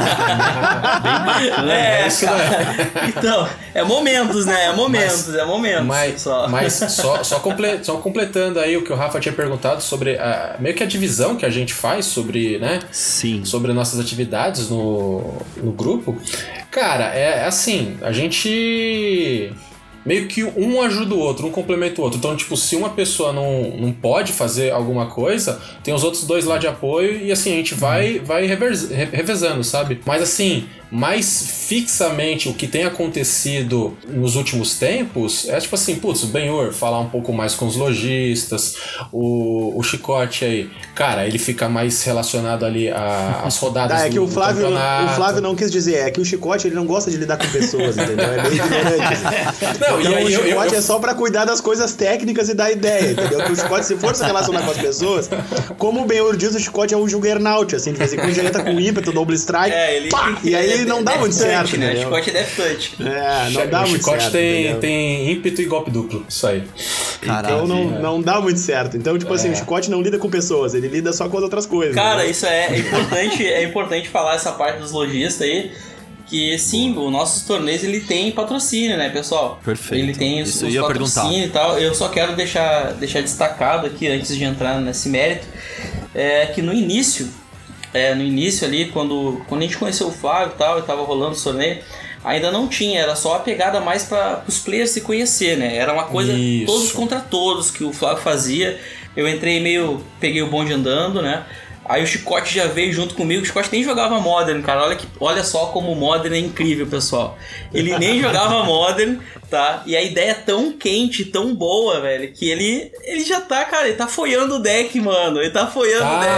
D: Bem bacana.
G: É,
F: isso
G: cara. Então, é momentos, né? É momentos, é momentos.
F: Mas,
G: só.
F: mas só, só, comple- só completando aí o que o Rafa tinha perguntado sobre a, meio que a divisão que a gente faz sobre, né?
E: Sim.
F: Sobre nossas atividades no, no grupo. Cara, é, é assim, a gente meio que um ajuda o outro, um complementa o outro. Então, tipo, se uma pessoa não, não pode fazer alguma coisa, tem os outros dois lá de apoio e assim, a gente vai, vai reverz- re- revezando, sabe? Mas assim, mais fixamente o que tem acontecido nos últimos tempos é tipo assim, putz, o Benhur falar um pouco mais com os lojistas, o, o Chicote aí, cara, ele fica mais relacionado ali a- às rodadas
H: Ah, é que
F: do,
H: o Flávio,
F: do
H: o
F: campeonato.
H: Flávio não quis dizer, é que o Chicote ele não gosta de lidar com pessoas, entendeu? É meio ignorante.
F: Não,
H: Então
F: e aí
H: o
F: eu- eu-
H: Chicote
F: eu-
H: é só pra cuidar das coisas técnicas e dar ideia, entendeu? Que o Chicote, se for se relacionar com as pessoas, como o Benhur diz, o Chicote é um Juggernaut, assim, de vez em quando já entra com ímpeto, double strike,
G: É, ele
H: pá,
G: tem que-
H: e aí
G: ele é
H: não dá
G: Death
H: muito
G: Touch,
H: certo,
G: né? O
H: entendeu?
G: Chicote é Death Touch.
H: É, não dá
F: o
H: muito
F: Chicote
H: certo,
F: tem,
H: entendeu?
F: tem ímpeto e golpe duplo, isso aí.
E: Caralho.
H: Então não, não dá muito certo. Então, tipo assim, o Chicote não lida com pessoas, ele lida só com as outras coisas.
G: Cara,
H: né?
G: isso é, é importante, é importante falar essa parte dos lojistas aí, que sim, os nossos torneios ele tem patrocínio, né, pessoal?
E: Perfeito.
G: Ele tem os,
E: Isso eu
G: os
E: ia
G: patrocínios e tal. Eu só quero deixar, deixar destacado aqui, antes de entrar nesse mérito, é que no início, é, no início ali, quando, quando a gente conheceu o Flávio e tal, e tava rolando o torneio, ainda não tinha, era só a pegada mais para os players se conhecer, né? Era uma coisa
F: Isso.
G: todos contra todos que o Flávio fazia. Eu entrei meio, peguei o bonde andando, né? Aí o Chicote já veio junto comigo. O Chicote nem jogava Modern, cara. Olha, que, olha só como o Modern é incrível, pessoal. Ele nem jogava Modern, tá? E a ideia é tão quente, tão boa, velho, que ele, ele já tá, cara, ele tá foiando o deck, mano. Ele tá foiando
F: Tá,
G: o deck.
F: tá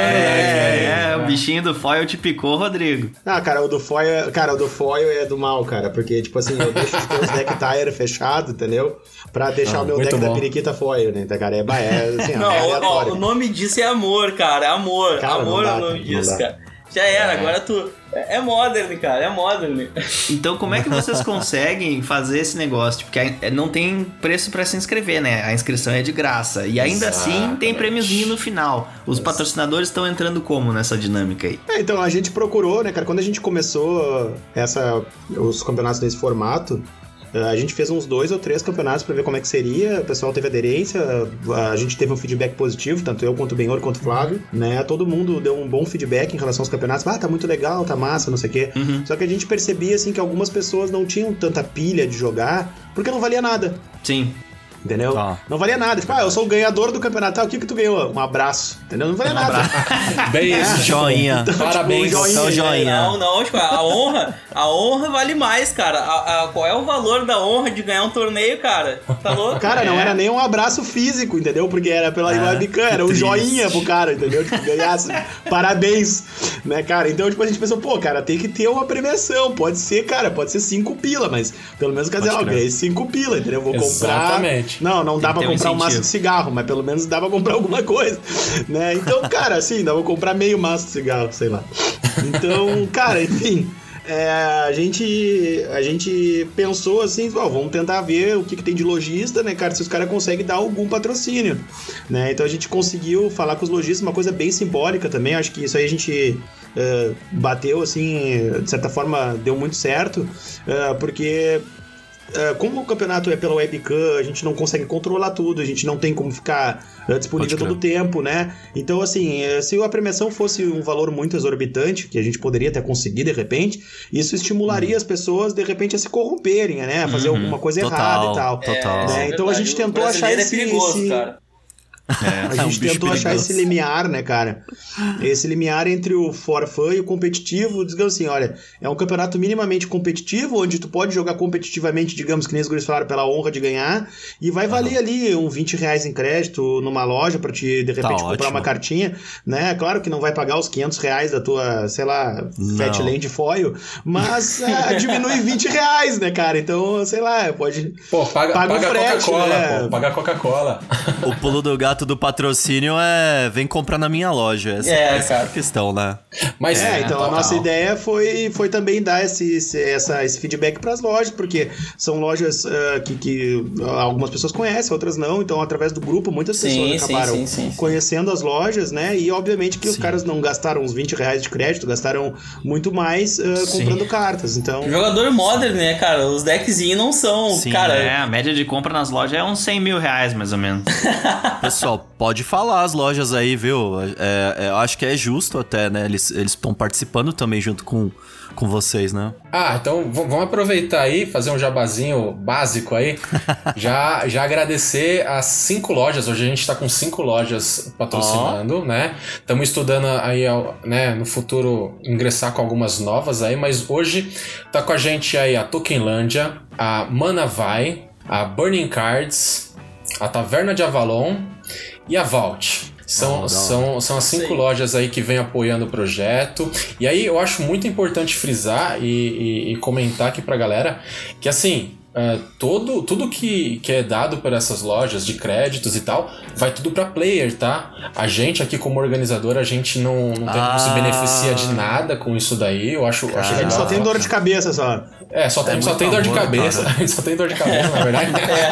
D: É,
F: É,
D: é, o bichinho do foil te picou, Rodrigo.
H: Ah, cara, o do foil, cara, o do foil é do mal, cara, porque, tipo assim, eu deixo de ter os deck tire fechado, entendeu? Pra deixar
F: Ah,
H: o meu
F: muito
H: deck da
F: bom.
H: periquita foil, né? Então, cara, é, é assim,
G: Não,
H: é
G: ó, ó,
H: aleatório.
G: o nome disso é amor, cara. É amor.
H: Cara,
G: amor
H: não
G: é o
H: dá,
G: nome
H: não
G: disso,
H: dá.
G: cara. Já era, agora tu... É Modern, cara, é Modern.
D: Então como é que vocês conseguem fazer esse negócio? Porque não tem preço pra se inscrever, né? A inscrição é de graça. E ainda Exatamente. assim tem prêmiozinho no final. Os patrocinadores estão entrando como nessa dinâmica aí?
H: É, então a gente procurou, né, cara? Quando a gente começou essa, os campeonatos nesse formato, a gente fez uns dois ou três campeonatos pra ver como é que seria, o pessoal teve aderência, a gente teve um feedback positivo, tanto eu quanto o Benhor quanto o Flávio, né? Todo mundo deu um bom feedback em relação aos campeonatos. Ah, tá muito legal, tá massa, não sei o quê. Uhum. Só que a gente percebia, assim, que algumas pessoas não tinham tanta pilha de jogar, porque não valia nada.
D: Sim.
H: Entendeu? Tá. Não valia nada. Tipo, ah, eu sou o ganhador do campeonato. Ah, o que que tu ganhou? Um abraço. Entendeu? Não valia um nada.
F: Bem isso.
E: Joinha.
H: Então,
F: Parabéns.
H: Tipo, um joinha.
D: joinha.
G: Não, não. Tipo, a honra, a honra vale mais, cara. A, a, qual é o valor da honra de ganhar um torneio, cara? Tá louco?
H: Cara, não é. era nem um abraço físico, entendeu? Porque era pela é, webcam, era um joinha pro cara, entendeu? Tipo, ganhasse. Parabéns. Né, cara? Então, tipo, a gente pensou, pô, cara, tem que ter uma premiação. Pode ser, cara, pode ser cinco pila, mas pelo menos quer dizer, ó, ganhei cinco pila, entendeu? Vou comprar.
F: Exatamente.
H: Não, não dá pra
D: um
H: comprar um maço de cigarro, mas pelo menos dá pra comprar alguma coisa, né? Então, cara, assim, dá pra comprar meio maço de cigarro, sei lá. Então, cara, enfim, é, a gente a gente pensou assim, ó, vamos tentar ver o que, que tem de lojista, né, cara, se os caras conseguem dar algum patrocínio, né? Então a gente conseguiu falar com os lojistas, uma coisa bem simbólica também, acho que isso aí a gente uh, bateu, assim, de certa forma deu muito certo, uh, porque... Uh, como o campeonato é pela webcam, a gente não consegue controlar tudo, a gente não tem como ficar uh, disponível todo o tempo, né? Então, assim, uh, se a premiação fosse um valor muito exorbitante, que a gente poderia até conseguir de repente, isso estimularia uhum. as pessoas, de repente, a se corromperem, né? A fazer uhum. alguma coisa total, errada e tal.
E: Total.
H: Né?
G: É,
H: então, a gente tentou achar esse...
G: é perigoso,
H: esse...
G: cara.
E: É,
H: a gente
E: é um
H: tentou achar esse limiar, né, cara? Esse limiar entre o for fun e o competitivo, digamos assim, olha, é um campeonato minimamente competitivo, onde tu pode jogar competitivamente, digamos que nem os guris falaram, pela honra de ganhar, e vai valer uhum. ali uns vinte reais em crédito numa loja pra te, de repente, tá comprar ótimo. uma cartinha, né? Claro que não vai pagar os quinhentos reais da tua, sei lá, Fatland Foil, mas é, diminui vinte reais, né, cara? Então, sei lá, pode...
F: Pô, paga,
H: paga,
F: paga
H: o frete,
F: Coca-Cola,
H: né?
F: pô, paga Coca-Cola.
E: O pulo do gato do patrocínio é vem comprar na minha loja. Essa
G: é,
E: essa é a questão, né?
F: Mas
H: é, então
F: total.
H: a nossa ideia foi, foi também dar esse, esse, essa, esse feedback para as lojas, porque são lojas uh, que, que algumas pessoas conhecem, outras não, então através do grupo muitas
G: sim,
H: pessoas acabaram
G: sim, sim, sim,
H: conhecendo as lojas, né? E obviamente que sim. os caras não gastaram uns vinte reais de crédito, gastaram muito mais uh, comprando cartas, então...
G: Jogador Modern, né, cara? Os deckzinhos não são,
D: sim,
G: cara...
D: É, a média de compra nas lojas é uns cem mil reais, mais ou menos.
E: Pessoal, pode falar as lojas aí, viu? É, é, eu acho que é justo até, né? Eles estão participando também junto com, com vocês, né?
F: Ah, então vamos aproveitar aí, fazer um jabazinho básico aí. já, já agradecer as cinco lojas. Hoje a gente tá com cinco lojas patrocinando, oh. né? Estamos estudando aí, né, no futuro ingressar com algumas novas aí, mas hoje tá com a gente aí a Tokenlândia, a Manavai, a Burning Cards, a Taverna de Avalon e a Vault. São, oh, são, são as cinco Sim. lojas aí que vem apoiando o projeto. E aí eu acho muito importante frisar e, e, e comentar aqui pra galera que, assim, uh, todo, tudo que, que é dado por essas lojas de créditos e tal, vai tudo pra player, tá? A gente aqui como organizador, a gente não, não, tem, ah. não se beneficia de nada com isso daí. Eu acho, acho legal.
H: A gente só tem dor de cabeça, só.
F: É, só tem, é só tem dor de cabeça. A gente só tem dor de cabeça, na verdade.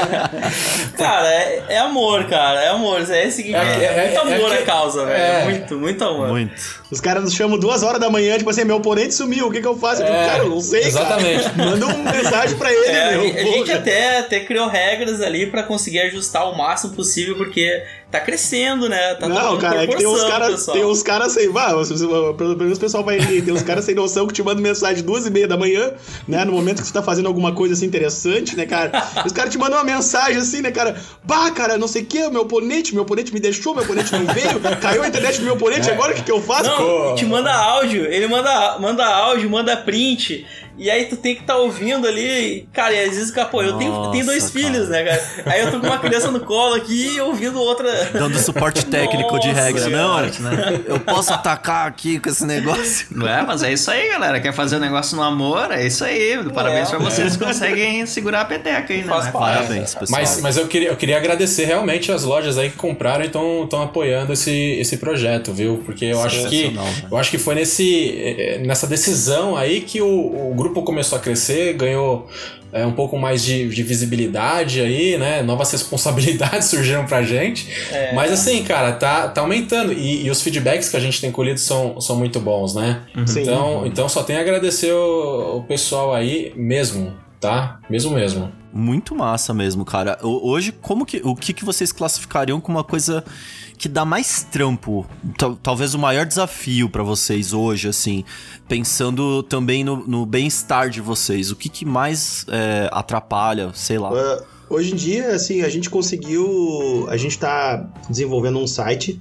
G: É. Cara, é, é amor, cara. É amor. É esse que é, é, é, muito amor é, é, a causa, velho. É. Muito, muito amor.
E: Muito.
H: Os caras nos chamam duas horas da manhã, tipo assim, meu oponente sumiu, o que que eu faço? Eu digo,
F: é,
H: cara, eu não sei,
F: exatamente.
H: Cara. Manda uma mensagem pra ele,
G: é,
H: meu.
G: A, a gente até, até criou regras ali pra conseguir ajustar o máximo possível, porque tá crescendo, né? Tá
H: não, cara, é que tem uns caras tem uns caras sem... Vá, pelo menos o pessoal vai entender. Tem uns caras sem noção que te mandam mensagem duas e meia da manhã, né? No momento que você tá fazendo alguma coisa assim interessante, né, cara? Os caras te mandam uma mensagem assim, né, cara? Bah, cara, não sei o que, meu oponente, meu oponente me deixou, meu oponente não veio, caiu a internet do meu oponente, é. agora o que que eu faço?
G: Não, te manda áudio, ele manda, manda áudio, manda print... E aí tu tem que estar tá ouvindo ali, cara, e às vezes, cara, pô, eu tenho, tenho dois
E: Nossa,
G: filhos,
E: cara.
G: né, cara? Aí eu tô com uma criança no colo aqui e ouvindo outra...
E: Dando suporte técnico de
G: Nossa,
E: regra. Não,
D: né?
E: eu posso atacar aqui com esse negócio.
D: É, mas é isso aí, galera. Quer fazer um negócio no amor? É isso aí. Parabéns
G: É,
D: pra vocês que conseguem segurar a peteca aí, né?
G: Faz
D: Não é
G: parte.
D: fácil.
E: Parabéns, pessoal.
F: Mas, mas eu, queria, eu queria agradecer realmente as lojas aí que compraram e estão apoiando esse, esse projeto, viu? Porque eu acho que
E: Sensacional, né?
F: eu acho que foi nesse, nessa decisão aí que o, o grupo começou a crescer, ganhou é, um pouco mais de, de visibilidade aí, né? Novas responsabilidades surgiram pra gente.
G: É.
F: Mas assim, cara, tá, tá aumentando. E, e os feedbacks que a gente tem colhido são, são muito bons, né?
H: Sim.
F: Então, então só tenho a agradecer o, o pessoal aí mesmo, tá? Mesmo mesmo.
E: Muito massa mesmo, cara. O- Hoje, como que, o que, que vocês classificariam como uma coisa que dá mais trampo? Tal- talvez o maior desafio pra vocês hoje, assim, pensando também no, no bem-estar de vocês. O que, que mais é, atrapalha, sei lá.
H: Uh, hoje em dia, assim, a gente conseguiu... A gente tá desenvolvendo um site.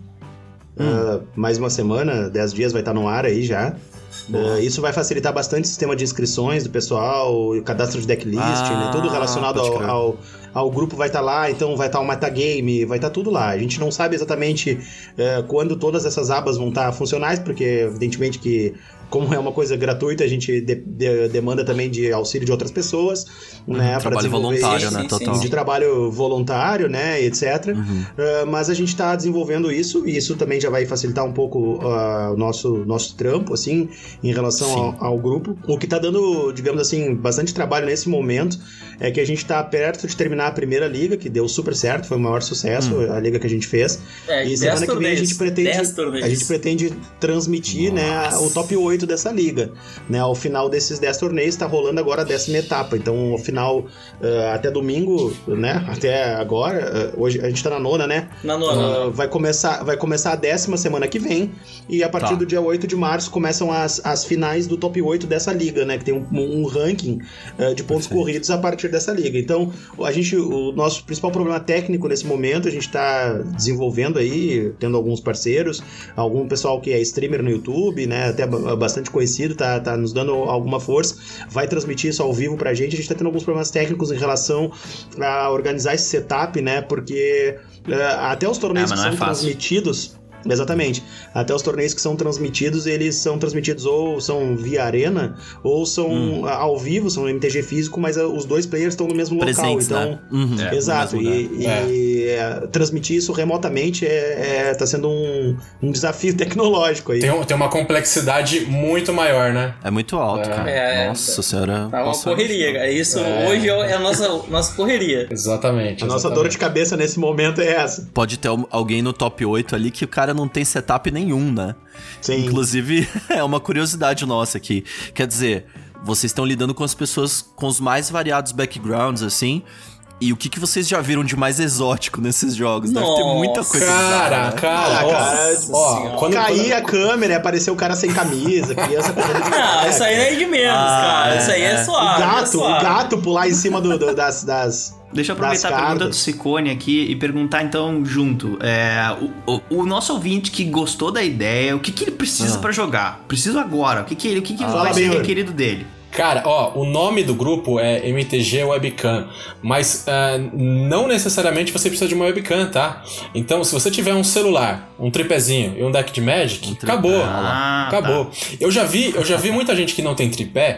H: Uh, mais uma semana, dez dias vai estar no ar aí já. Uh, isso vai facilitar bastante o sistema de inscrições do pessoal, o cadastro de decklist,
E: Ah,
H: né? Tudo relacionado
E: pode
H: ao,
E: crer.
H: ao, ao grupo vai estar lá, então vai estar o metagame, vai estar tudo lá. A gente não sabe exatamente uh, quando todas essas abas vão estar funcionais, porque evidentemente que, como é uma coisa gratuita, a gente de, de, demanda também de auxílio de outras pessoas, né? Pra
E: Trabalho
H: desenvolver
E: voluntário,
H: isso.
E: né?
G: sim,
E: Total.
H: De trabalho voluntário, né, etcétera.
E: Uhum.
H: Uh, mas a gente está desenvolvendo isso, e isso também já vai facilitar um pouco uh, o nosso, nosso trampo, assim, em relação ao, ao grupo. O que está dando, digamos assim, bastante trabalho nesse momento é que a gente está perto de terminar a primeira liga, que deu super certo, foi o maior sucesso,
E: Hum.
H: a liga que a gente fez.
G: É,
H: E
G: dez
H: semana que vem a
G: torneios,
H: gente pretende,
G: dez torneios.
H: a gente pretende transmitir, né, o top oito dessa liga. Né, ao final desses dez torneios está rolando agora a décima etapa. Então, ao final, uh, até domingo, né, até agora, uh, hoje a gente está na nona, né?
G: Na nona.
H: Uh, vai, começar, vai começar a décima semana que vem, e a partir
E: Tá.
H: do dia oito de março começam as, as finais do top oito dessa liga, né? Que tem um, um ranking uh, de pontos
E: Perfeito.
H: corridos a partir dessa liga. Então, a gente, o nosso principal problema técnico nesse momento, a gente está desenvolvendo aí, tendo alguns parceiros, algum pessoal que é streamer no YouTube, né? Até ba- bastante conhecido, tá, tá nos dando alguma força, vai transmitir isso ao vivo pra gente. A gente tá tendo alguns problemas técnicos em relação a organizar esse setup, né? Porque uh, até os torneios
D: É,
H: que
D: mas não
H: são
D: é fácil.
H: transmitidos. Exatamente. Até os torneios que são transmitidos, eles são transmitidos ou são via arena, ou são
E: Hum.
H: ao vivo, são M T G físico, mas uh, os dois players estão no mesmo
E: Presentes,
H: local. Então,
E: né? Uhum.
D: É,
H: exato.
E: no mesmo
H: E,
E: lugar.
H: e, é, transmitir isso remotamente é, é, tá sendo um, um desafio tecnológico aí.
F: Tem, um- tem uma complexidade muito maior, né?
E: É muito alto,
F: É.
E: cara.
G: É,
E: Nossa senhora.
G: Tá uma
E: Nossa,
G: correria, cara. Isso
F: É.
G: hoje é a nossa, nossa correria.
F: Exatamente.
H: A nossa
F: exatamente.
H: dor de cabeça nesse momento é essa.
E: Pode ter al- alguém no top oito ali que o cara não tem setup nenhum, né?
H: Sim.
E: Inclusive, é uma curiosidade nossa aqui. Quer dizer, vocês estão lidando com as pessoas com os mais variados backgrounds, assim. E o que, que vocês já viram de mais exótico nesses jogos? Deve ter muita
G: Nossa,
E: coisa
F: Cara,
E: bizarra, né?
F: cara,
H: Ah,
F: ó,
H: cara,
F: ó,
G: senhora.
F: quando,
H: Cair
F: quando-
H: a câmera e aparecer o cara sem camisa, criança correndo de
G: Não, isso aí não é de menos,
E: Ah,
G: cara.
E: é,
G: Isso aí é,
E: é.
G: suave.
H: O
G: é
H: gato, o
G: suave.
H: gato pular em cima do, do- das, das.
D: Deixa eu aproveitar
H: das
D: a pergunta do
H: cartas.
D: Ciccone aqui e perguntar então junto. É, o, o, o nosso ouvinte que gostou da ideia, o que, que ele precisa
E: Ah.
D: pra jogar? Preciso agora. O que, que, ele, o que, que
H: Fala
D: vai
H: bem,
D: ser
H: Yuri.
D: requerido dele?
F: Cara, ó, o nome do grupo é M T G Webcam, mas ah, não necessariamente você precisa de uma webcam, tá? Então, se você tiver um celular, um tripézinho e um deck de Magic,
E: Um tripé,
F: acabou,
D: ah,
F: acabou. Eu já vi, eu já vi muita gente que não tem tripé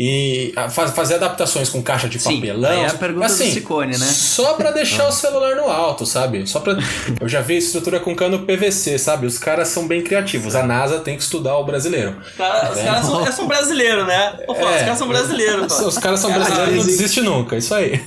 F: e ah, faz, fazer adaptações com caixa de
D: Sim,
F: papelão.
D: aí é a pergunta
F: assim,
D: do Ciccone, né?
F: Só pra deixar o celular no alto, sabe? Só pra. Eu já vi estrutura com cano P V C, sabe? Os caras são bem criativos. A NASA tem que estudar o brasileiro.
G: Os caras, os caras são, são brasileiros, né? Ô, Flávio,
F: É.
G: Os caras são brasileiros, pô.
F: Os caras são
H: Cara,
F: brasileiros e não
H: eles-
F: desiste nunca, isso aí.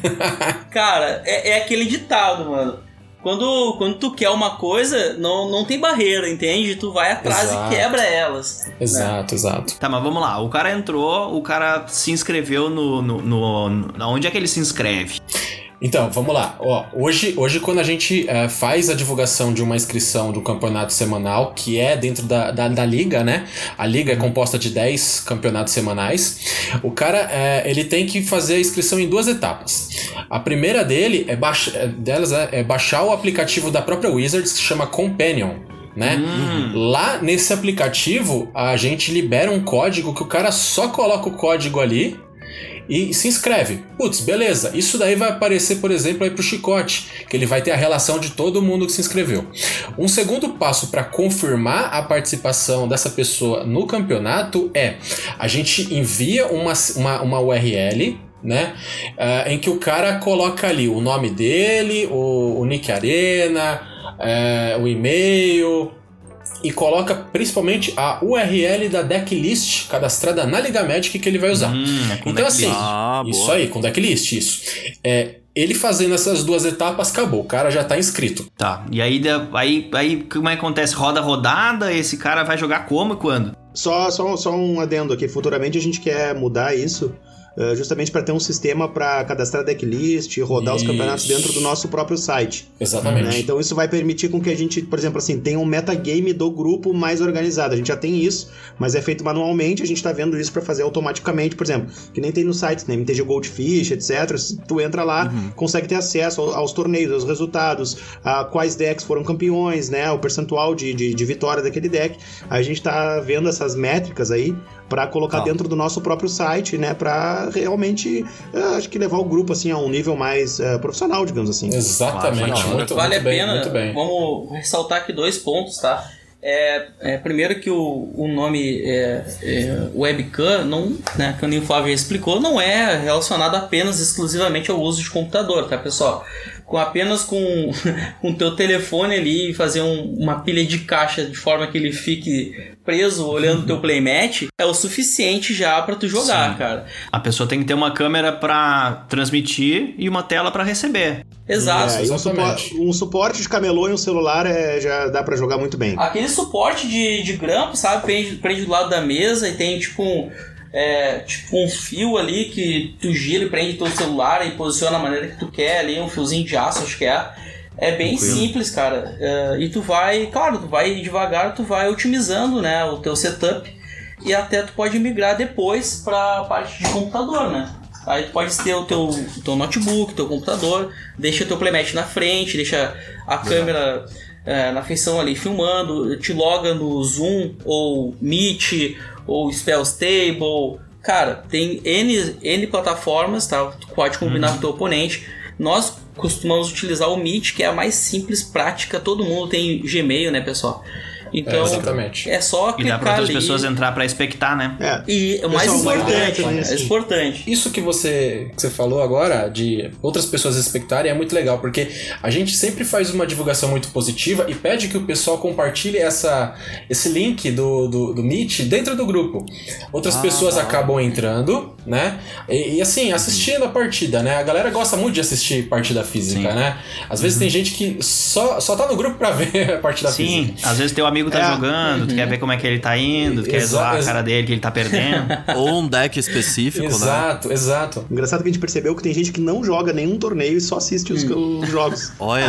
G: Cara, é, é aquele ditado, mano. Quando, quando tu quer uma coisa, não, não tem barreira, entende? Tu vai atrás
F: Exato.
G: e quebra elas.
F: Exato, exato.
D: Tá, mas vamos lá. O cara entrou, o cara se inscreveu no... no, no, no onde é que ele se inscreve?
F: Então, vamos lá. Ó, hoje, hoje, quando a gente eh, faz a divulgação de uma inscrição do campeonato semanal, que é dentro da, da, da liga, né? A liga é composta de dez campeonatos semanais. O cara, eh, ele tem que fazer a inscrição em duas etapas. A primeira dele é, baixa, é, delas é, é baixar o aplicativo da própria Wizards, que se chama Companion. né?
D: Hum.
F: Lá nesse aplicativo, a gente libera um código que o cara só coloca o código ali e se inscreve. Putz, beleza. Isso daí vai aparecer, por exemplo, aí pro Chicote, que ele vai ter a relação de todo mundo que se inscreveu. Um segundo passo para confirmar a participação dessa pessoa no campeonato é a gente envia uma, uma, uma U R L, né, uh, em que o cara coloca ali o nome dele, o, o nick arena, uh, o e-mail, e coloca principalmente a U R L da decklist cadastrada na Liga Magic que ele vai usar.
D: Hum, é com
F: então
D: decklist.
F: assim,
E: Ah,
F: isso
E: boa.
F: aí, com decklist, isso. É, ele fazendo essas duas etapas, acabou. O cara já tá inscrito.
D: Tá, e aí, aí, aí como é que acontece? Roda rodada, esse cara vai jogar como e quando?
H: Só, só, só um adendo aqui. Futuramente a gente quer mudar isso uh, justamente para ter um sistema para cadastrar decklist e rodar
F: Isso.
H: os campeonatos dentro do nosso próprio site.
F: Exatamente.
H: Né? Então isso vai permitir com que a gente, por exemplo, assim, tenha um metagame do grupo mais organizado. A gente já tem isso, mas é feito manualmente. A gente tá vendo isso para fazer automaticamente, por exemplo, que nem tem nos sites, né? M T G Goldfish, etcétera. Tu entra lá, uhum. consegue ter acesso aos, aos torneios, aos resultados, a quais decks foram campeões, né? O percentual de, de, de vitória daquele deck. A gente tá vendo essas métricas aí para colocar ah. dentro do nosso próprio site, né? Para realmente, uh, acho que levar o grupo assim a um nível mais uh, profissional, digamos assim.
F: Exatamente.
G: Ah,
F: muito,
G: vale
F: muito
G: a
F: bem,
G: pena.
F: muito bem.
G: Vamos ressaltar aqui dois pontos, tá? É, é, primeiro que o, o nome é, é, webcam, não, né, que o Flávio explicou, não é relacionado apenas exclusivamente ao uso de computador, tá, pessoal? Com apenas com o teu telefone ali e fazer um, uma pilha de caixa de forma que ele fique preso olhando o teu playmat é o suficiente já pra tu jogar, Sim. cara.
D: A pessoa tem que ter uma câmera pra transmitir e uma tela pra receber.
G: Exato.
H: É, e um, suporte, um suporte de camelô e um celular é, já dá pra jogar muito bem.
G: Aquele suporte de, de grampo, sabe? Prende, prende do lado da mesa e tem tipo um, é, tipo um fio ali que tu gira e prende teu celular e posiciona da maneira que tu quer ali, um fiozinho de aço, acho que é. É bem Tranquilo. simples, cara. É, e tu vai, claro, tu vai devagar, tu vai otimizando, né, o teu setup e até tu pode migrar depois pra parte de computador, né? Aí tu pode ter o teu, o teu notebook, teu computador, deixa o teu playmat na frente, deixa a Legal. câmera é, na feição ali filmando, te loga no Zoom, ou Meet, ou Spells Table. Cara, tem N, N plataformas, tá? Tu pode combinar uhum. com o teu oponente. Nós costumamos utilizar o Meet, que é a mais simples, prática. Todo mundo tem Gmail, né, pessoal? Então,
F: é,
G: é só clicar ali.
D: E dá para outras pessoas entrar para expectar, né?
G: É. E o mais importante, né? É importante.
F: Isso que você, que você falou agora, de outras pessoas expectarem, é muito legal, porque a gente sempre faz uma divulgação muito positiva e pede que o pessoal compartilhe essa, esse link do, do, do Meet dentro do grupo. Outras ah, pessoas ah, acabam entrando, né? E, e assim, assistindo a partida, né? A galera gosta muito de assistir partida física, Sim. né? Às vezes uhum. tem gente que só, só tá no grupo pra ver a partida
D: Sim.
F: física.
D: Sim, às vezes tem um amigo amigo tá é. jogando, uhum. tu quer ver como é que ele tá indo, tu quer
F: Exa-
D: zoar
F: ex-
D: a cara dele que ele tá perdendo.
E: Ou um deck específico,
F: exato,
E: né?
F: Exato,
H: Engraçado que a gente percebeu que tem gente que não joga nenhum torneio e só assiste os, hum. os jogos.
E: Olha,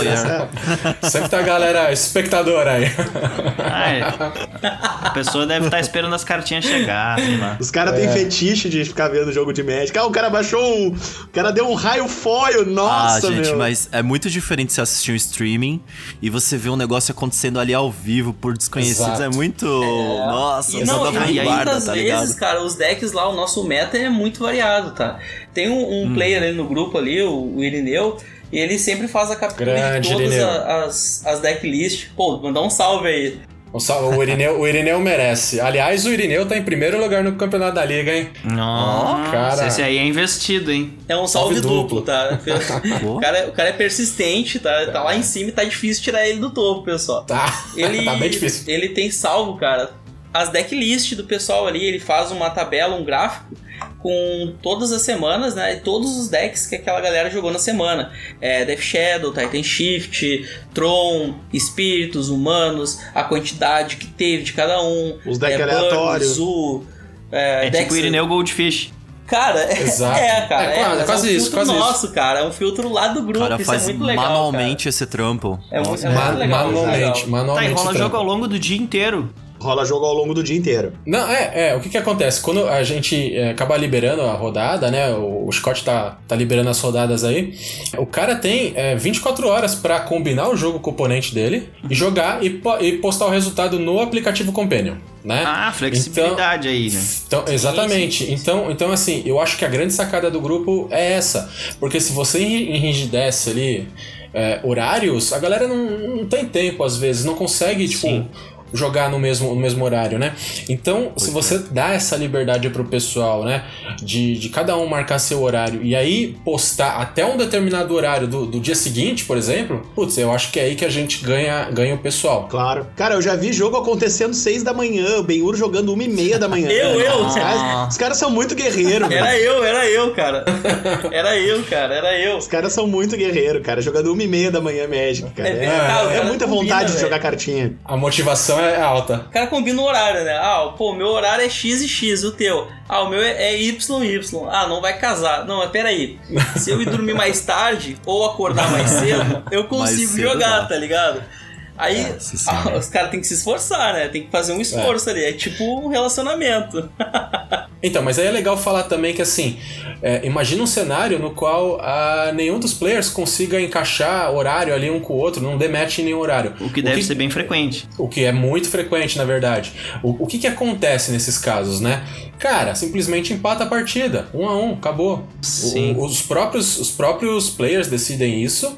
H: é.
F: Sempre tá a galera espectadora aí.
D: Ah, é. A pessoa deve estar tá esperando as cartinhas chegar, sei lá.
H: Os caras é. têm fetiche de ficar vendo jogo de Magic. Ah, o cara baixou um... O cara deu um raio foil, nossa,
E: Ah, gente,
H: meu.
E: mas é muito diferente você assistir um streaming e você ver um negócio acontecendo ali ao vivo por desconhecidos. Exato. É muito... É. Nossa,
G: e não,
E: da
G: e
E: guarda,
G: muitas
E: tá
G: vezes,
E: ligado?
G: cara, os decks lá, o nosso meta é muito variado, tá? Tem um, um hum. player ali no grupo ali, o, o Irineu, e ele sempre faz a captura
F: Grande
G: de todas
F: a,
G: as, as decklists. Pô, mandar um salve aí.
F: O, salve, o, Irineu, o Irineu merece. Aliás, o Irineu tá em primeiro lugar no campeonato da liga, hein?
D: Nossa, oh, cara. Esse aí é investido, hein?
G: É um salve, salve duplo, duplo, tá? o, cara, o cara é persistente, tá? Tá lá em cima e tá difícil tirar ele do topo, pessoal.
F: Tá,
G: ele,
F: tá bem difícil.
G: Ele tem salvo, cara, as decklists do pessoal ali, ele faz uma tabela, um gráfico com todas as semanas, né, e todos os decks que aquela galera jogou na semana. É, Death Shadow, Titan Shift, Tron, Espíritos, Humanos, a quantidade que teve de cada um.
H: Os decks
G: é,
H: aleatórios.
G: Zoo,
D: é, é tipo o Irineu Goldfish.
G: Cara,
F: Exato.
G: é, cara.
F: É,
G: é,
F: é quase
G: é um
F: isso, quase
G: nosso,
F: isso.
G: cara. É um filtro lá do grupo.
E: Cara,
G: isso
E: faz
G: é muito legal,
E: manualmente
G: cara.
E: esse trampo.
G: É muito, é
F: Man-
G: muito legal.
F: Manualmente, manualmente.
D: Tá, e rola jogo ao longo do dia inteiro.
H: Rola jogo ao longo do dia inteiro.
F: Não, é, é, o que que acontece? Quando a gente é, acabar liberando a rodada, né, o, o Scott tá, tá liberando as rodadas aí, o cara tem é, vinte e quatro horas pra combinar o jogo com o oponente dele e jogar e, e postar o resultado no aplicativo Companion, né?
D: Ah, flexibilidade
F: então,
D: aí, né?
F: Então, exatamente.
D: Sim, sim, sim.
F: Então, então, assim, eu acho que a grande sacada do grupo é essa, porque se você enrigidece ali é, horários, a galera não, não tem tempo, às vezes, não consegue, tipo... Sim. jogar no mesmo, no mesmo horário, né? Então, pois se você é. dá essa liberdade pro pessoal, né? De, de cada um marcar seu horário e aí postar até um determinado horário do, do dia seguinte, por exemplo, putz, eu acho que é aí que a gente ganha, ganha o pessoal.
H: Claro. Cara, eu já vi jogo acontecendo seis da manhã, o Ben-Hur jogando uma e meia da manhã.
G: eu, eu!
H: Os caras, os caras são muito guerreiros.
G: Era eu, era eu, cara. Era eu, cara, era eu.
H: Os caras são muito guerreiros, cara, jogando uma e meia da manhã Magic, cara. É, é, é, é muita combina, vontade véio. de jogar cartinha.
F: A motivação é alta.
G: O cara combina o horário, né? Ah, pô, meu horário é X e X, o teu. Ah, o meu é Y e Y. Ah, não vai casar. Não, mas peraí. Se eu ir dormir mais tarde ou acordar mais cedo, eu consigo cedo jogar, dá. tá ligado? Aí é, ah, os caras têm que se esforçar, né? Tem que fazer um esforço é. ali. É tipo um relacionamento.
F: Então, mas aí é legal falar também que, assim, é, imagina um cenário no qual ah, nenhum dos players consiga encaixar horário ali um com o outro, não dê match em nenhum horário.
D: O que deve o que, ser bem frequente.
F: O que é muito frequente, na verdade. O, o que que acontece nesses casos, né? Cara, simplesmente empata a partida. Um a um, acabou.
D: Sim.
F: O, os, próprios, os próprios players decidem isso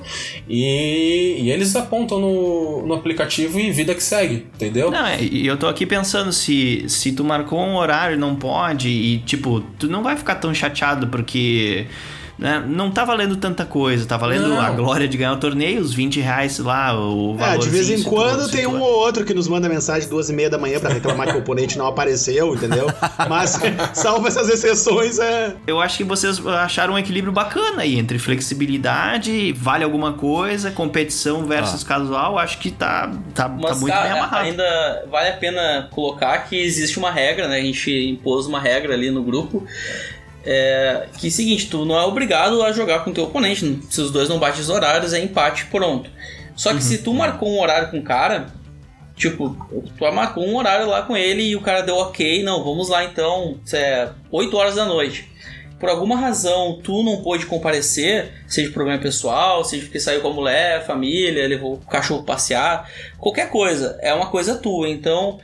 F: e, e eles apontam no, no aplicativo e vida que segue, entendeu?
D: Não, e eu tô aqui pensando, se, se tu marcou um horário e não pode, e tipo, tu não vai ficar tão chateado porque... Né? Não tá valendo tanta coisa, tá valendo não. a glória de ganhar o torneio, os vinte reais lá, o valor.
H: É, de vez em quando tem um ou outro que nos manda mensagem duas e meia da manhã pra reclamar que o oponente não apareceu, entendeu? Mas, salvo essas exceções, é...
D: Eu acho que vocês acharam um equilíbrio bacana aí, entre flexibilidade, vale alguma coisa, competição versus ah. casual, acho que tá, tá,
G: Mas,
D: tá muito
G: cara,
D: bem amarrado.
G: Ainda vale a pena colocar que existe uma regra, né? A gente impôs uma regra ali no grupo, É, que é o seguinte, tu não é obrigado a jogar com o teu oponente. Se os dois não batem os horários, é empate, pronto. Só que uhum. se tu marcou um horário com o cara, tipo, tu marcou um horário lá com ele e o cara deu ok, não, vamos lá então, é oito horas da noite. Por alguma razão tu não pôde comparecer, seja problema pessoal, seja porque saiu com a mulher, família, levou o cachorro passear, qualquer coisa, é uma coisa tua. Então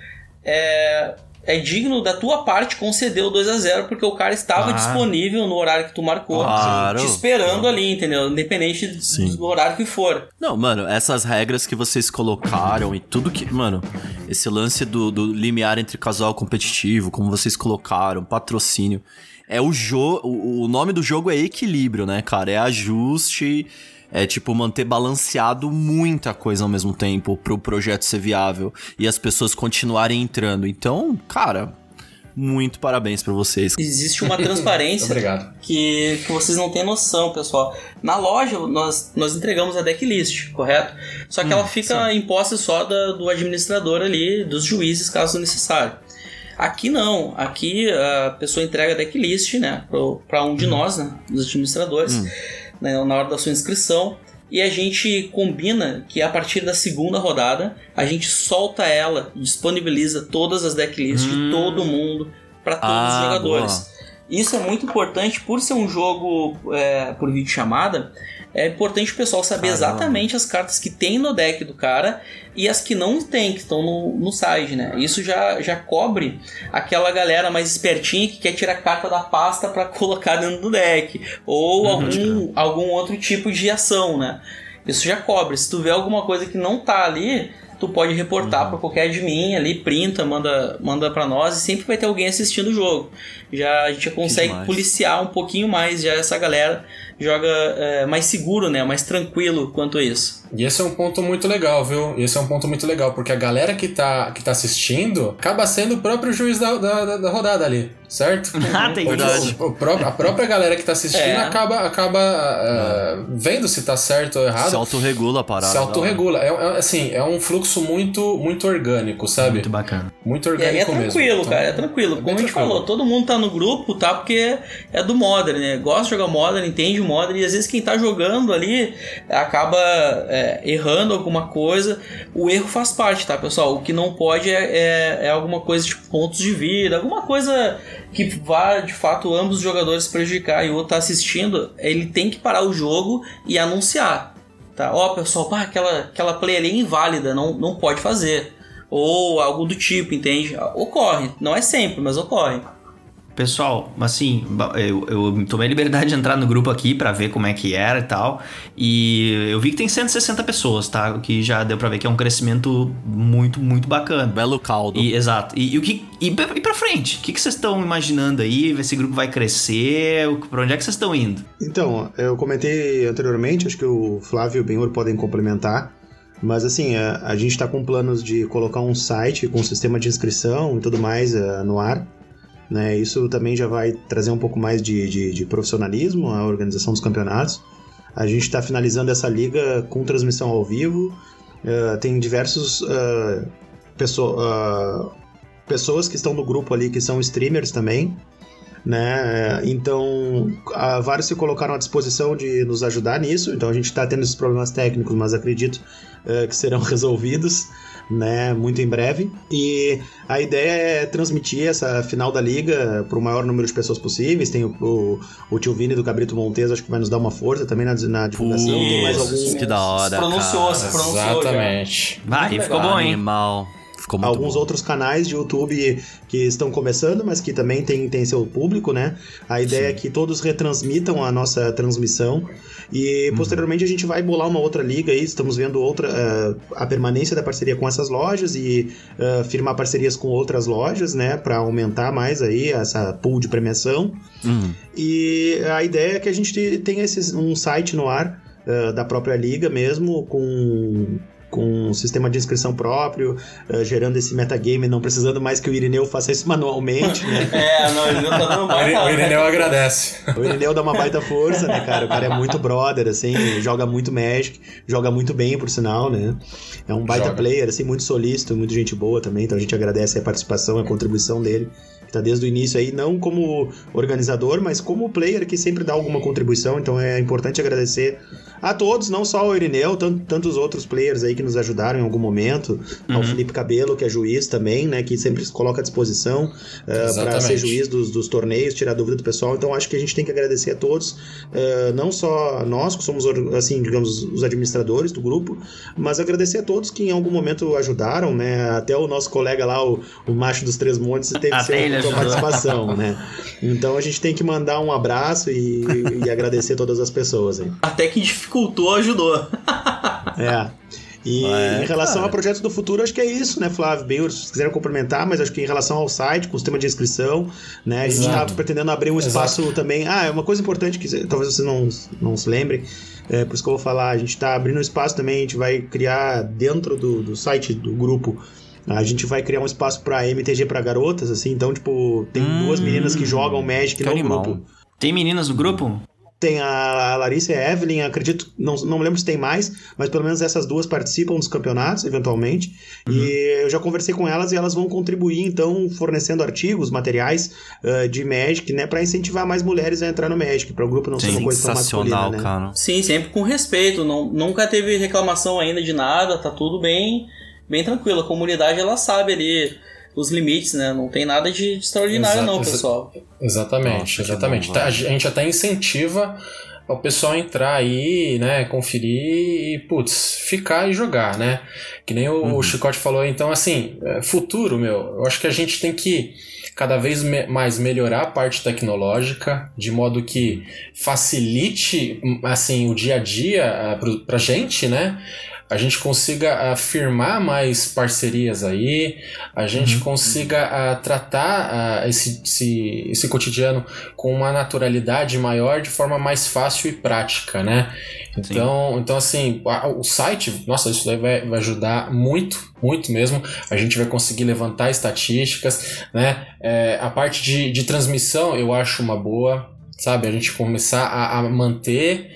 G: é... é digno da tua parte conceder o dois a zero, porque o cara estava ah. disponível no horário que tu marcou,
E: claro.
G: te esperando claro. ali, entendeu? Independente Sim. do horário que for.
E: Não, mano, essas regras que vocês colocaram e tudo que... Mano, esse lance do, do limiar entre casual competitivo, como vocês colocaram, patrocínio... É o jogo... O nome do jogo é equilíbrio, né, cara? É ajuste... É tipo manter balanceado muita coisa ao mesmo tempo pro projeto ser viável e as pessoas continuarem entrando. Então, cara, muito parabéns pra vocês.
G: Existe uma transparência
F: Obrigado.
G: Que, que vocês não têm noção, pessoal. Na loja, nós, nós entregamos a decklist, correto? Só que hum, ela fica sim. imposta só da, do administrador ali, dos juízes, caso necessário. Aqui não, aqui a pessoa entrega a decklist, né, para um de hum. nós, né, dos administradores. Hum. Na hora da sua inscrição, e a gente combina que a partir da segunda rodada a gente solta ela, disponibiliza todas as decklists hum. de todo mundo para todos ah, os jogadores. Boa. Isso é muito importante, por ser um jogo é, por videochamada. É importante o pessoal saber Caramba. exatamente as cartas que tem no deck do cara e as que não tem, que estão no, no side, né? Isso já, já cobre aquela galera mais espertinha que quer tirar carta da pasta para colocar dentro do deck, ou uhum, algum, algum outro tipo de ação, né? Isso já cobre. Se tu vê alguma coisa que não tá ali, tu pode reportar uhum. para qualquer admin ali, printa, manda, manda para nós, e sempre vai ter alguém assistindo o jogo. Já, a gente já consegue policiar um pouquinho mais já essa galera, joga é, mais seguro, né? Mais tranquilo quanto a isso.
F: E esse é um ponto muito legal, viu? Esse é um ponto muito legal, porque a galera que tá, que tá assistindo acaba sendo o próprio juiz da, da, da rodada ali, certo?
D: Ah, tem verdade.
F: O, o próprio, a própria galera que tá assistindo é. acaba, acaba uh, vendo se tá certo ou errado.
E: Se autorregula a parada.
F: Se autorregula. É, é, assim, é um fluxo muito, muito orgânico, sabe?
E: Muito bacana.
F: muito
G: É,
F: orgânico
G: é
F: mesmo.
G: tranquilo,
F: Então,
G: cara, é tranquilo.
F: bem
G: Como a gente
F: tranquilo.
G: falou, todo mundo tá no grupo, tá? Porque é do Modern, né? Gosta de jogar Modern, entende o Modern, e às vezes quem tá jogando ali acaba é, errando alguma coisa. O erro faz parte, tá, pessoal? O que não pode é, é, é alguma coisa tipo pontos de vida, alguma coisa que vá, de fato, ambos os jogadores prejudicar e o outro tá assistindo, ele tem que parar o jogo e anunciar. Tá? Ó, pessoal, pá, aquela, aquela player é inválida, não, não pode fazer. Ou algo do tipo, entende? Ocorre. Não é sempre, mas ocorre.
D: Pessoal, assim, eu, eu tomei a liberdade de entrar no grupo aqui pra ver como é que era e tal. E eu vi que tem cento e sessenta pessoas, tá? O que já deu pra ver que é um crescimento muito, muito bacana.
E: Belo caldo.
D: E, exato. E, e, o que, e, pra, e pra frente? O que, que vocês estão imaginando aí? Esse grupo vai crescer? Pra onde é que vocês estão indo?
H: Então, eu comentei anteriormente, acho que o Flávio e o Benhur podem complementar, mas assim, a, a gente está com planos de colocar um site com um sistema de inscrição e tudo mais uh, no ar, né? Isso também já vai trazer um pouco mais de, de, de profissionalismo à organização dos campeonatos. A gente está finalizando essa liga com transmissão ao vivo, uh, tem diversos uh, pesso- uh, pessoas que estão no grupo ali que são streamers também, né? Então, a, vários se colocaram à disposição de nos ajudar nisso. Então a gente está tendo esses problemas técnicos, mas acredito uh, que serão resolvidos, né, muito em breve. E a ideia é transmitir essa final da liga para o maior número de pessoas possíveis. Tem o, o, o tio Vini do Cabrito Montes, acho que vai nos dar uma força também na, na divulgação.
E: Putz,
H: Tem mais alguns,
E: que da hora,
G: Se pronunciou,
E: cara.
G: se pronunciou.
F: Exatamente.
D: Vai,
G: Muito
D: ficou
G: legal.
D: bom, hein?
E: Animal. Ficou muito
H: alguns
E: bom.
H: outros canais de YouTube que estão começando, mas que também tem, tem seu público, né? A ideia
E: Sim.
H: é que todos retransmitam a nossa transmissão e posteriormente a gente vai bolar uma outra liga aí. Estamos vendo outra, uh, a permanência da parceria com essas lojas e uh, firmar parcerias com outras lojas, né? Para aumentar mais aí essa pool de premiação.
E: Hum.
H: E a ideia é que a gente tenha esses, um site no ar uh, da própria liga mesmo, com... com um sistema de inscrição próprio, uh, gerando esse metagame, não precisando mais que o Irineu faça isso manualmente, né?
G: É, não, ele não tá dando
F: O
G: mais.
F: Ire- o Ireneu agradece.
H: O Irineu dá uma baita força, né, cara? O cara é muito brother, assim, joga muito Magic, joga muito bem, por sinal, né? É um baita
F: Joga.
H: player, assim, muito solícito, muito gente boa também, então a gente agradece a participação, a contribuição dele, que tá desde o início aí, não como organizador, mas como player que sempre dá alguma contribuição, então é importante agradecer a todos, não só ao Irineu, tanto, tantos outros players aí que nos ajudaram em algum momento,
D: Uhum.
H: ao Felipe Cabelo, que é juiz também, né, que sempre se coloca à disposição uh, para
F: Exatamente.
H: ser juiz dos, dos torneios, tirar dúvida do pessoal, então acho que a gente tem que agradecer a todos, uh, não só nós, que somos, assim, digamos, os administradores do grupo, mas agradecer a todos que em algum momento ajudaram, né, até o nosso colega lá, o, o Macho dos Três Montes, teve
D: Até ele
H: sua
D: ajudou.
H: participação, né, então a gente tem que mandar um abraço e, e agradecer todas as pessoas aí.
G: Até que dificultou, ajudou.
H: É. E
E: É,
H: em relação
E: cara.
H: a projetos do futuro, acho que é isso, né, Flávio? Bem, se vocês quiserem complementar, mas acho que em relação ao site, com o sistema de inscrição, né, a gente está
F: Exato.
H: pretendendo abrir um espaço
F: Exato.
H: também. Ah, é uma coisa importante que talvez vocês não, não se lembrem, é por isso que eu vou falar. A gente está abrindo um espaço também, a gente vai criar dentro do, do site do grupo. A gente vai criar um espaço para M T G para garotas, assim, então, tipo, tem
E: Hum,
H: duas meninas que jogam Magic
E: que
H: no
E: animal.
H: grupo.
D: Tem meninas no grupo?
H: Tem a Larissa e a Evelyn, acredito, não, não me lembro se tem mais, mas pelo menos essas duas participam dos campeonatos, eventualmente,
D: Uhum.
H: e eu já conversei com elas e elas vão contribuir, então, fornecendo artigos, materiais uh, de Magic, né, para incentivar mais mulheres a entrar no Magic, para o grupo não ser uma coisa tão
E: Sensacional,
H: masculina, né?
E: cara.
G: Sim, sempre com respeito. Não, nunca teve reclamação ainda de nada, tá tudo bem, bem tranquilo. A comunidade, ela sabe ali os limites, né? Não tem nada de extraordinário,
F: Exato,
G: não,
F: exa-
G: pessoal.
F: Exatamente,
E: Nossa, que
F: exatamente.
E: bom,
F: Tá, a
E: velho.
F: gente até incentiva o pessoal a entrar aí, né, conferir e, putz, ficar e jogar, né? Que nem o,
E: Uhum.
F: o Chicote falou, então, assim, é, futuro, meu, eu acho que a gente tem que cada vez me- mais melhorar a parte tecnológica, de modo que facilite, assim, o dia a dia uh, pro, pra gente, né? A gente consiga uh, firmar mais parcerias aí, a gente
D: Uhum.
F: consiga uh, tratar uh, esse, esse, esse cotidiano com uma naturalidade maior, de forma mais fácil e prática, né? Então, então assim, a- o site, nossa, isso daí vai, vai ajudar muito, muito mesmo. A gente vai conseguir levantar estatísticas, né? É, a parte de, de transmissão eu acho uma boa. sabe? A gente começar a, a manter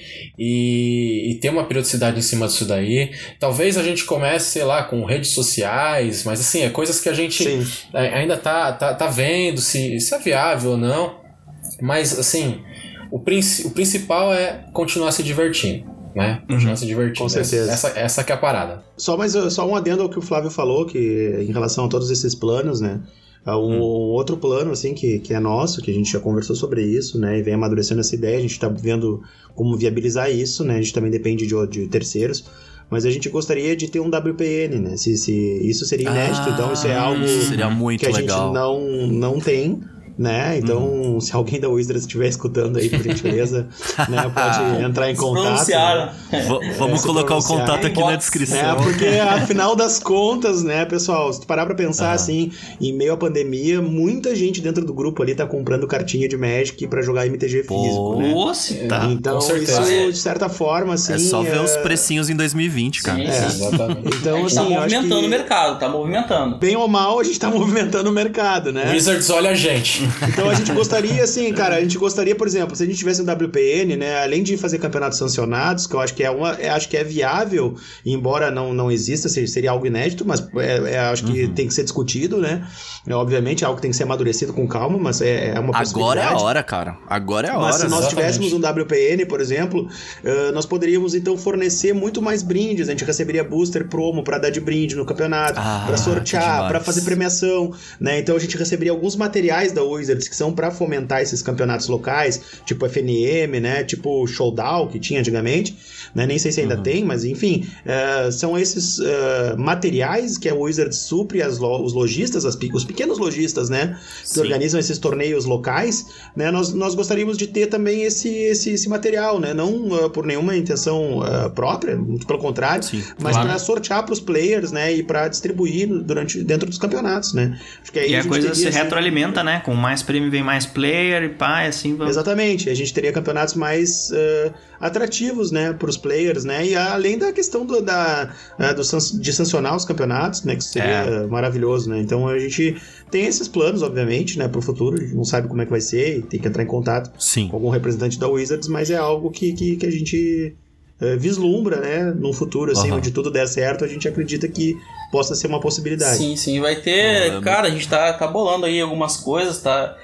F: e, e ter uma periodicidade em cima disso daí. Talvez a gente comece, sei lá, com redes sociais, mas assim, é coisas que a gente Sim. ainda tá, tá, tá vendo se, se é viável ou não. Mas, assim, o, princi- o principal é continuar se divertindo, né? Continuar uhum. se divertindo.
H: Com certeza.
F: Essa, essa que é a parada.
H: Só, mais, só um adendo ao que o Flávio falou, que em relação a todos esses planos, né? Um hum. outro plano, assim, que, que é nosso, que a gente já conversou sobre isso, né, e vem amadurecendo essa ideia, a gente tá vendo como viabilizar isso, né, a gente também depende de, de terceiros, mas a gente gostaria de ter um W P N, né, se, se isso seria inédito, ah, então isso é algo
E: seria muito
H: que a
E: legal.
H: gente não, não tem, né, então hum. se alguém da Wizards estiver escutando aí, por gentileza, né, pode entrar em contato. Né?
E: V- vamos é, colocar o contato aqui na descrição.
H: Né, porque afinal das contas, né, pessoal, se tu parar pra pensar ah. assim, em meio à pandemia, muita gente dentro do grupo ali tá comprando cartinha de Magic pra jogar M T G físico, né?
D: Nossa, tá.
H: Então isso, de certa forma, assim...
E: É só ver
H: é...
E: os precinhos em dois mil e vinte, cara.
G: Sim,
H: é,
G: sim.
H: Exatamente. Então,
G: a gente
H: assim,
G: tá movimentando
H: que...
G: o mercado, tá movimentando.
H: Bem ou mal, a gente tá movimentando o mercado, né?
F: Wizards olha a gente.
H: Então a gente gostaria, assim, cara, a gente gostaria, por exemplo, se a gente tivesse um W P N, né, além de fazer campeonatos sancionados, que eu acho que é uma, é, acho que é viável, embora não, não exista, seria algo inédito, mas é, é, acho que uhum. tem que ser discutido, né? É, obviamente é algo que tem que ser amadurecido com calma, mas é, é uma possibilidade.
E: Agora é a hora, cara. Agora é a hora.
H: Mas se nós
F: exatamente.
H: tivéssemos um W P N, por exemplo, uh, nós poderíamos então fornecer muito mais brindes. A gente receberia booster promo para dar de brinde no campeonato, ah, para sortear, para fazer premiação, né? Então a gente receberia alguns materiais da Wizards que são para fomentar esses campeonatos locais, tipo F N M, né? Tipo Showdown, que tinha antigamente, né? Nem sei se ainda uhum. tem, mas enfim, uh, são esses uh, materiais que a Wizards supre as lo- os lojistas, as, os pequenos lojistas, né? Que Sim. organizam esses torneios locais, né? Nós, nós gostaríamos de ter também esse, esse, esse material, né? Não uh, por nenhuma intenção uh, própria, muito pelo contrário, Sim, mas claro. para sortear para os players, né? E para distribuir durante, dentro dos campeonatos, né?
D: Acho que aí e a, a coisa teria, se assim, retroalimenta, né? Com mais prêmio vem mais player e pá, assim... Vamos...
H: Exatamente, a gente teria campeonatos mais uh, atrativos, né? Para os players, né? E além da questão do, da, uh, do, de sancionar os campeonatos, né? Que seria é. maravilhoso, né? Então a gente tem esses planos, obviamente, né? Para o futuro, a gente não sabe como é que vai ser e tem que entrar em contato
E: Sim.
H: com algum representante da Wizards, mas é algo que, que, que a gente uh, vislumbra, né? No futuro, assim, uhum. onde tudo der certo, a gente acredita que possa ser uma possibilidade.
G: Sim, sim, vai ter... Uhum. Cara, a gente tá, tá bolando aí algumas coisas, tá...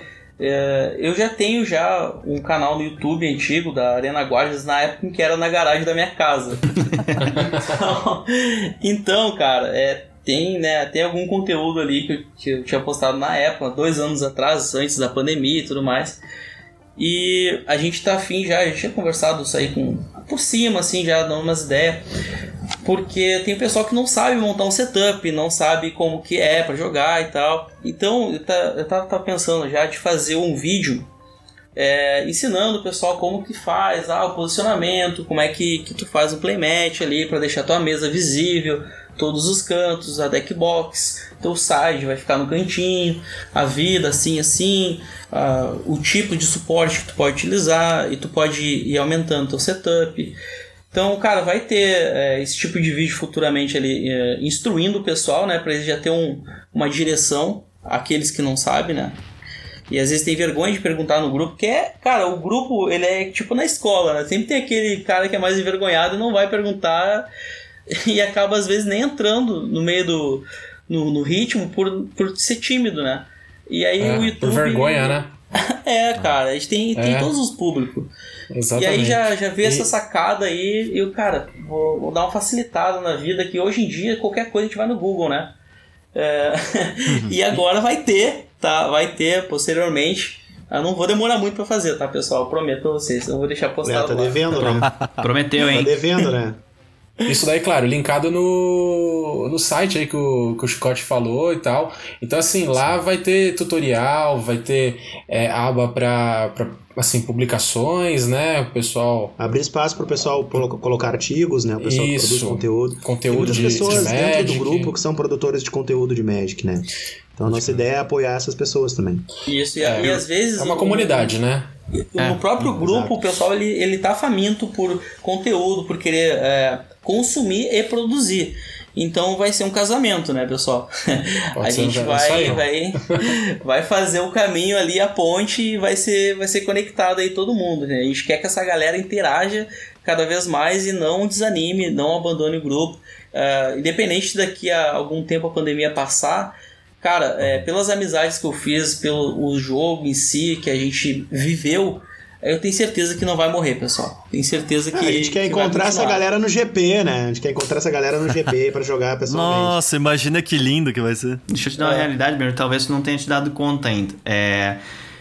G: É, eu já tenho já um canal no YouTube antigo da Arena Guardians na época em que era na garagem da minha casa. então, então, cara, é, tem, né, tem algum conteúdo ali que eu, que eu tinha postado na época, dois anos atrás, antes da pandemia e tudo mais. E a gente tá afim já, a gente tinha conversado isso aí com, por cima, assim, já dando umas ideias. Porque tem pessoal que não sabe montar um setup, não sabe como que é pra jogar e tal. Então eu, tá, eu tava, tava pensando já de fazer um vídeo é, ensinando o pessoal como que faz ah, o posicionamento, como é que, que tu faz um playmatch ali pra deixar tua mesa visível, todos os cantos, a deck box, teu side vai ficar no cantinho, a vida assim assim, uh, o tipo de suporte que tu pode utilizar e tu pode ir aumentando teu setup. Então, cara, vai ter é, esse tipo de vídeo futuramente ali, é, instruindo o pessoal, né, pra eles já ter um, uma direção, aqueles que não sabem, né. E às vezes tem vergonha de perguntar no grupo, que é, cara, o grupo, ele é tipo na escola, né, sempre tem aquele cara que é mais envergonhado e não vai perguntar e acaba às vezes nem entrando no meio do, no, no ritmo por, por ser tímido, né. E aí
F: é,
G: o YouTube...
F: Por vergonha, né.
G: É, cara, a gente tem, tem é. todos os públicos.
F: Exatamente.
G: E aí já, já vi
F: e...
G: essa sacada aí e eu, cara, vou, vou dar uma facilitada na vida, que hoje em dia qualquer coisa a gente vai no Google, né? É... e agora vai ter, tá? Vai ter posteriormente. Eu não vou demorar muito pra fazer, tá, pessoal? Eu prometo pra vocês, eu vou deixar postado.
H: É, tá devendo,
G: lá.
H: né?
D: Prometeu, hein?
H: Tá devendo, né?
F: Isso daí, claro, linkado no, no site aí que o, que o Chicote falou e tal. Então, assim, lá vai ter tutorial, vai ter é, aba pra, pra, assim, publicações, né? O pessoal...
H: Abrir espaço pro pessoal colocar artigos, né? O pessoal
F: Isso,
H: que produz conteúdo.
F: Conteúdo
H: Tem muitas
F: de,
H: pessoas
F: de
H: dentro
F: Magic.
H: do grupo que são produtores de conteúdo de Magic, né? Então, a nossa ideia é apoiar essas pessoas também.
G: Isso, e,
F: é,
G: e às vezes...
F: É uma comunidade, né?
G: No é, próprio grupo, exato. O pessoal ele, ele tá faminto por conteúdo, por querer é, consumir e produzir. Então vai ser um casamento, né, pessoal? A gente vai, vai, vai fazer o caminho ali, a ponte, e vai ser, vai ser conectado aí todo mundo, né? A gente quer que essa galera interaja cada vez mais e não desanime, não abandone o grupo. Uh, independente daqui a algum tempo a pandemia passar, cara, é, pelas amizades que eu fiz, pelo o jogo em si, que a gente viveu, eu tenho certeza que não vai morrer, pessoal. Tenho certeza que...
H: Ah, a gente quer que encontrar essa galera no G P, né? A gente quer encontrar essa galera no G P pra jogar pessoalmente.
E: Nossa, imagina que lindo que vai ser.
D: Deixa eu te dar uma é. realidade, Bruno. Talvez tu não tenha te dado conta ainda. É...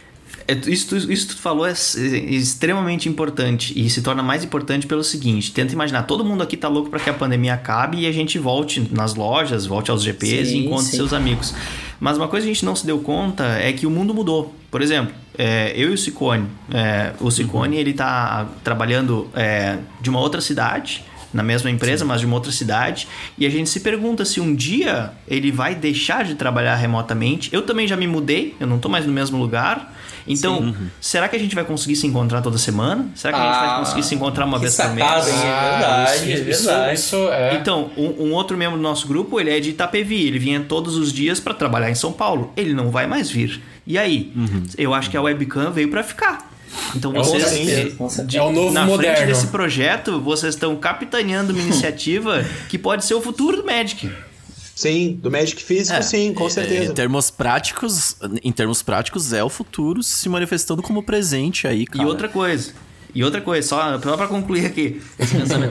D: Isso, isso que tu falou é extremamente importante e se torna mais importante pelo seguinte: tenta imaginar, todo mundo aqui tá louco para que a pandemia acabe e a gente volte nas lojas, volte aos G Ps sim, e encontre sim. seus amigos. Mas uma coisa que a gente não se deu conta é que o mundo mudou. Por exemplo, é, eu e o Ciccone, é, o Ciccone uhum. ele tá trabalhando é, de uma outra cidade, na mesma empresa, sim. mas de uma outra cidade, e a gente se pergunta se um dia ele vai deixar de trabalhar remotamente. Eu também já me mudei, eu não tô mais no mesmo lugar. Então, uhum. será que a gente vai conseguir se encontrar toda semana? Será que ah, a gente vai conseguir se encontrar uma vez por mês?
G: Ah, é verdade, é verdade.
F: Isso, isso é.
D: Então, um, um outro membro do nosso grupo, ele é de Itapevi, ele vinha todos os dias para trabalhar em São Paulo. Ele não vai mais vir. E aí? Uhum. Eu acho que a webcam veio para ficar. Então vocês,
F: é,
D: certeza,
F: de, é o novo
D: na
F: moderno.
D: frente desse projeto, vocês estão capitaneando uma iniciativa que pode ser o futuro do Magic.
H: Sim, do Magic físico, é, sim, com certeza.
E: Em termos práticos, em termos práticos, é o futuro se manifestando como presente aí, cara.
D: E outra coisa, e outra coisa, só, só pra concluir aqui, esse pensamento.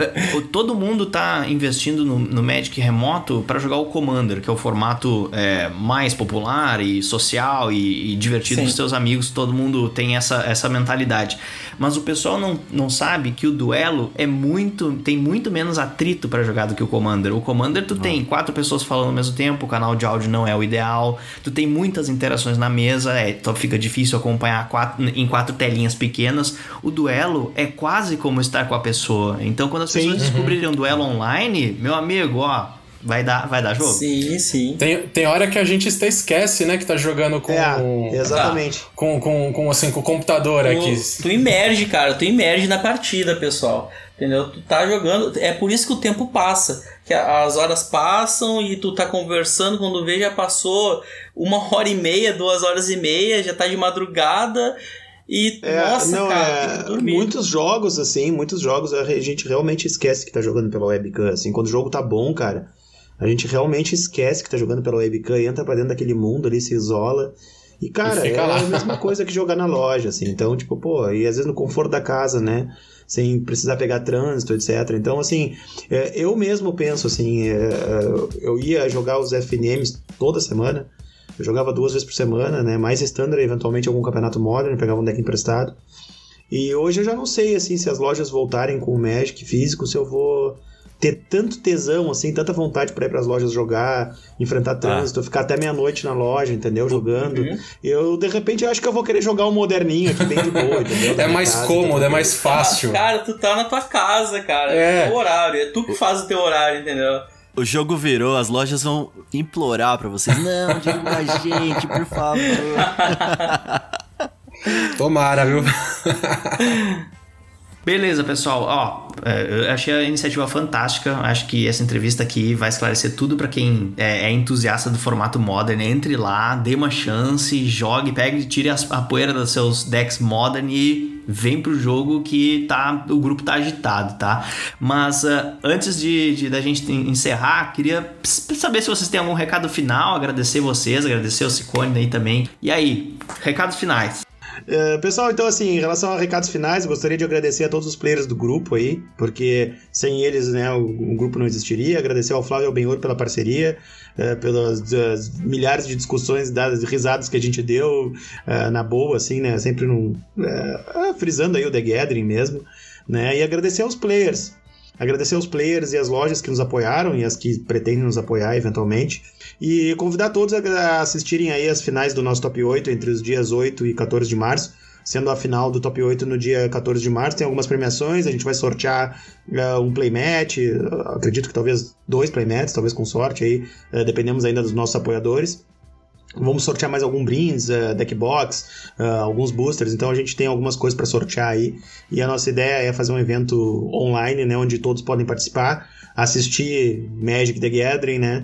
D: Todo mundo tá investindo no, no Magic remoto para jogar o Commander, que é o formato é, mais popular e social e, e divertido com seus amigos. Todo mundo tem essa, essa mentalidade. Mas o pessoal não, não sabe que o duelo é muito, tem muito menos atrito para jogar do que o Commander. O Commander tu não. tem quatro pessoas falando ao mesmo tempo, o canal de áudio não é o ideal, tu tem muitas interações na mesa, é, então fica difícil acompanhar quatro, em quatro telinhas pequenas. O duelo é quase como estar com a pessoa. Então quando as sim. pessoas uhum. descobrirem um duelo online, meu amigo, ó, vai dar, vai dar jogo.
G: Sim, sim.
F: Tem, tem hora que a gente até esquece, né, que tá jogando com...
H: É, exatamente.
F: Ah, com, com, com, assim, com o computador
G: tu,
F: aqui.
G: Tu imerge, cara. Tu imerge na partida, pessoal. Entendeu? Tu tá jogando... É por isso que o tempo passa. Que as horas passam e tu tá conversando. Quando vê, já passou uma hora e meia, duas horas e meia. Já tá de madrugada... E,
H: é,
G: nossa,
H: não,
G: cara,
H: é,
G: tem que dormir.
H: Muitos jogos, assim, muitos jogos a gente realmente esquece que tá jogando pela webcam, assim, quando o jogo tá bom, cara, a gente realmente esquece que tá jogando pela webcam, entra pra dentro daquele mundo ali, se isola, e, cara, e é lá. a mesma coisa que jogar na loja, assim, então, tipo, pô, e às vezes no conforto da casa, né, sem precisar pegar trânsito, etcétera. Então, assim, é, eu mesmo penso, assim, é, eu ia jogar os F N Ms toda semana. Eu jogava duas vezes por semana, né? Mais standard, eventualmente algum campeonato modern, pegava um deck emprestado. E hoje eu já não sei, assim, se as lojas voltarem com o Magic físico, se eu vou ter tanto tesão, assim, tanta vontade pra ir pras lojas jogar, enfrentar trânsito, ah. ficar até meia-noite na loja, entendeu? Jogando. Uhum. Eu, de repente, eu acho que eu vou querer jogar um moderninho aqui bem de boa, entendeu?
F: É mais casa, cômodo, é mais fácil.
G: Cara, tu tá na tua casa, cara. É o horário, é tu que faz o teu horário, entendeu?
E: O jogo virou, as lojas vão implorar pra vocês. Não, diga com a gente, por favor.
F: Tomara, viu?
D: Beleza, pessoal. Ó, eu achei a iniciativa fantástica. Acho que essa entrevista aqui vai esclarecer tudo pra quem é entusiasta do formato Modern. Entre lá, dê uma chance, jogue, pegue, tire a poeira dos seus decks Modern e vem pro jogo que tá, o grupo tá agitado, tá? Mas uh, antes de, de da gente encerrar, queria saber se vocês têm algum recado final, agradecer vocês, agradecer o Ciccone aí também. E aí, recados finais.
H: Uh, pessoal, então assim, em relação a recados finais, eu gostaria de agradecer a todos os players do grupo aí, porque sem eles, né, o, o grupo não existiria. Agradecer ao Flávio e ao Benhur pela parceria, uh, pelas uh, milhares de discussões, das risadas que a gente deu uh, na boa, assim, né, sempre num, uh, frisando aí o The Gathering mesmo, né, e agradecer aos players. Agradecer aos players e às lojas que nos apoiaram e as que pretendem nos apoiar eventualmente. E convidar todos a assistirem aí as finais do nosso Top oito entre os dias oito e quatorze de março. Sendo a final do Top oito no dia quatorze de março, tem algumas premiações, a gente vai sortear uh, um playmatch, acredito que talvez dois playmats, talvez com sorte aí, uh, dependemos ainda dos nossos apoiadores. Vamos sortear mais algum brindes, uh, deck box, uh, alguns boosters, então a gente tem algumas coisas para sortear aí. E a nossa ideia é fazer um evento online, né, onde todos podem participar, assistir Magic the Gathering, né,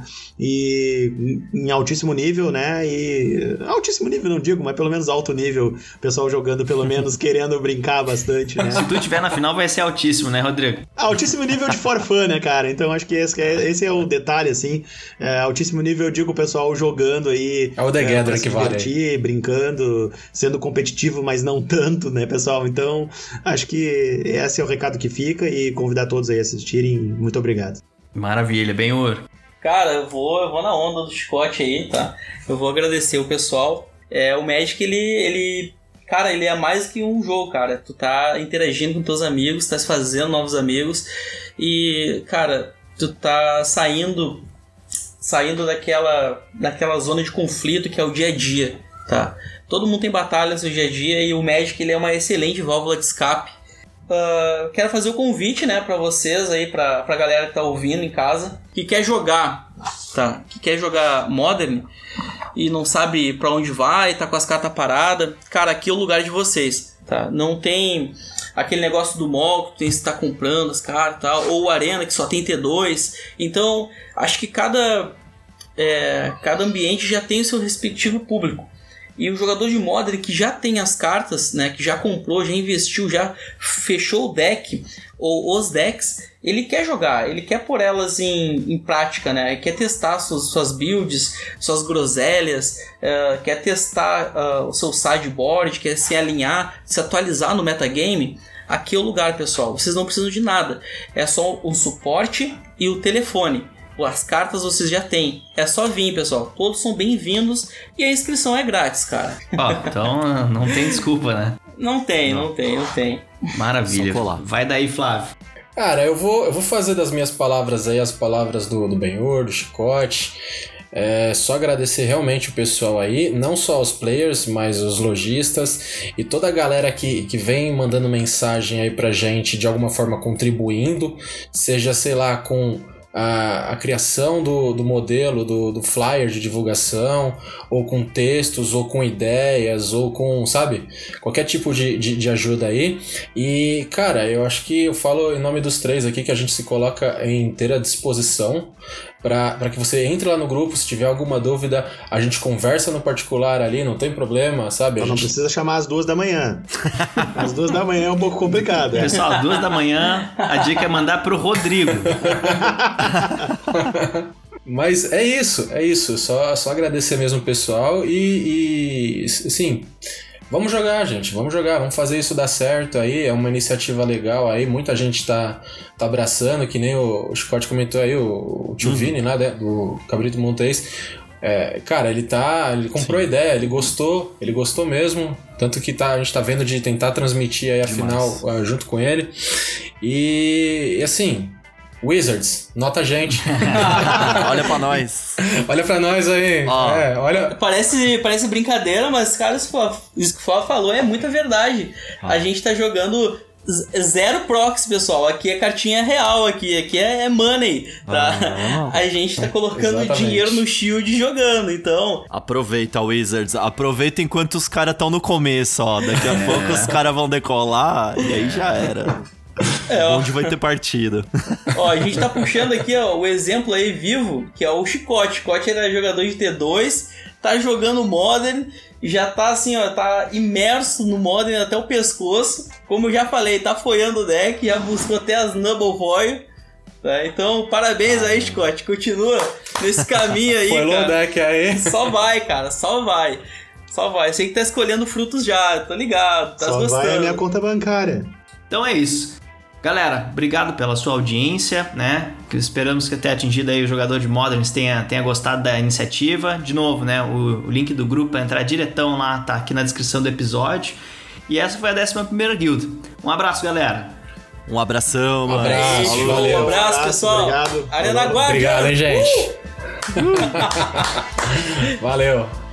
H: e em altíssimo nível, né, e altíssimo nível não digo, mas pelo menos alto nível, pessoal jogando pelo menos, querendo brincar bastante, né.
D: Se tu tiver na final vai ser altíssimo, né, Rodrigo?
H: Altíssimo nível de for fun, né, cara, então acho que esse é, esse é o detalhe, assim, é, altíssimo nível eu digo o pessoal jogando aí,
F: é o The
H: é,
F: Gathering que vale,
H: divertir, brincando, sendo competitivo, mas não tanto, né, pessoal, então acho que esse é o recado que fica e convidar todos aí a assistirem, muito obrigado.
D: Maravilha, bem ouro.
G: Cara, eu vou, eu vou na onda do Scott aí, tá? Eu vou agradecer o pessoal. É, o Magic, ele, ele... Cara, ele é mais que um jogo, cara. Tu tá interagindo com teus amigos, tá fazendo novos amigos. E, cara, tu tá saindo... Saindo daquela, daquela zona de conflito que é o dia a dia, tá? Todo mundo tem batalhas no dia a dia e o Magic, ele é uma excelente válvula de escape. Uh, quero fazer o convite, né, pra vocês aí, pra, pra galera que tá ouvindo em casa, que quer jogar, tá? Que quer jogar Modern e não sabe pra onde vai, tá com as cartas paradas. Cara, aqui é o lugar de vocês, tá? Não tem aquele negócio do mall que tu tem que estar comprando as cartas e tal, ou o Arena que só tem T dois. Então, acho que cada, é, cada ambiente já tem o seu respectivo público. E o jogador de Modern que já tem as cartas, né, que já comprou, já investiu, já fechou o deck, ou os decks, ele quer jogar, ele quer pôr elas em, em prática, né, ele quer testar suas, suas builds, suas groselhas, uh, quer testar uh, o seu sideboard, quer se alinhar, se atualizar no metagame. Aqui é o lugar, pessoal, vocês não precisam de nada, é só um suporte e o telefone. As cartas vocês já têm. É só vir, pessoal. Todos são bem-vindos e a inscrição é grátis, cara.
D: Ó, oh, então não tem desculpa, né?
G: Não tem, não, não tem, não tem.
D: Maravilha. Vai daí, Flávio.
F: Cara, eu vou, eu vou fazer das minhas palavras aí as palavras do, do Benhur, do Chicote. É só agradecer realmente o pessoal aí, não só os players, mas os lojistas e toda a galera que, que vem mandando mensagem aí pra gente, de alguma forma contribuindo, seja, sei lá, com... A, a criação do, do modelo, do, do flyer de divulgação, ou com textos, ou com ideias, ou com, sabe, qualquer tipo de, de, de ajuda aí. E, cara, eu acho que eu falo em nome dos três aqui que a gente se coloca em inteira disposição para que você entre lá no grupo, se tiver alguma dúvida, a gente conversa no particular ali, não tem problema, sabe?
H: Então
F: a
H: não
F: gente...
H: precisa chamar às duas da manhã. Às duas da manhã é um pouco complicado. É.
D: Pessoal, às duas da manhã, a dica é mandar pro Rodrigo.
F: Mas é isso, é isso. Só, só agradecer mesmo o pessoal e, e, sim, vamos jogar, gente. Vamos jogar, vamos fazer isso dar certo aí. É uma iniciativa legal aí. Muita gente tá, tá abraçando, que nem o, o Scott comentou aí, o, o tio uhum. Vini, né, do Cabrito Montes. É, cara, ele tá. Ele comprou Sim. a ideia, ele gostou, ele gostou mesmo. Tanto que tá, a gente tá vendo de tentar transmitir aí a final uh, junto com ele. E, e assim. Wizards, nota a gente.
E: Olha pra nós.
F: Olha pra nós aí.
E: Oh.
F: É, olha...
G: parece, parece brincadeira, mas, cara, isso, isso que o Flávio falou é muita verdade. Oh. A gente tá jogando zero prox, pessoal. Aqui é cartinha real, aqui, aqui é money. Tá? Oh. A gente tá colocando Exatamente. dinheiro no shield jogando, então...
E: Aproveita, Wizards. Aproveita enquanto os caras estão no começo, ó. Daqui a pouco os caras vão decolar e aí já era. É, onde vai ter partida.
G: Ó, a gente tá puxando aqui, ó, o exemplo aí vivo, que é o Chicote. Chicote era jogador de T dois, tá jogando Modern, já tá assim, ó, tá imerso no Modern até o pescoço. Como eu já falei, tá foiando o deck, já buscou até as Noble Foil. Tá? Então, parabéns aí, Chicote. Continua nesse caminho aí,
F: Foilou o deck aí.
G: Só vai, cara, só vai. Só vai. Você que tá escolhendo frutos já, tô ligado, tá
H: só
G: gostando.
H: Só vai a minha conta bancária.
D: Então é isso. Galera, obrigado pela sua audiência, né? Esperamos que tenha atingido aí o jogador de Moderns tenha, tenha gostado da iniciativa. De novo, né? O, o link do grupo para entrar diretão lá tá aqui na descrição do episódio. E essa foi a décima primeira guilda. Um abraço, galera.
E: Um abração, mano.
F: Um abraço,
G: Valeu.
F: valeu.
G: Um abraço,
H: abraço
G: pessoal.
H: Obrigado.
G: Arena Guarda.
F: Obrigado, hein, gente. Uh! Valeu.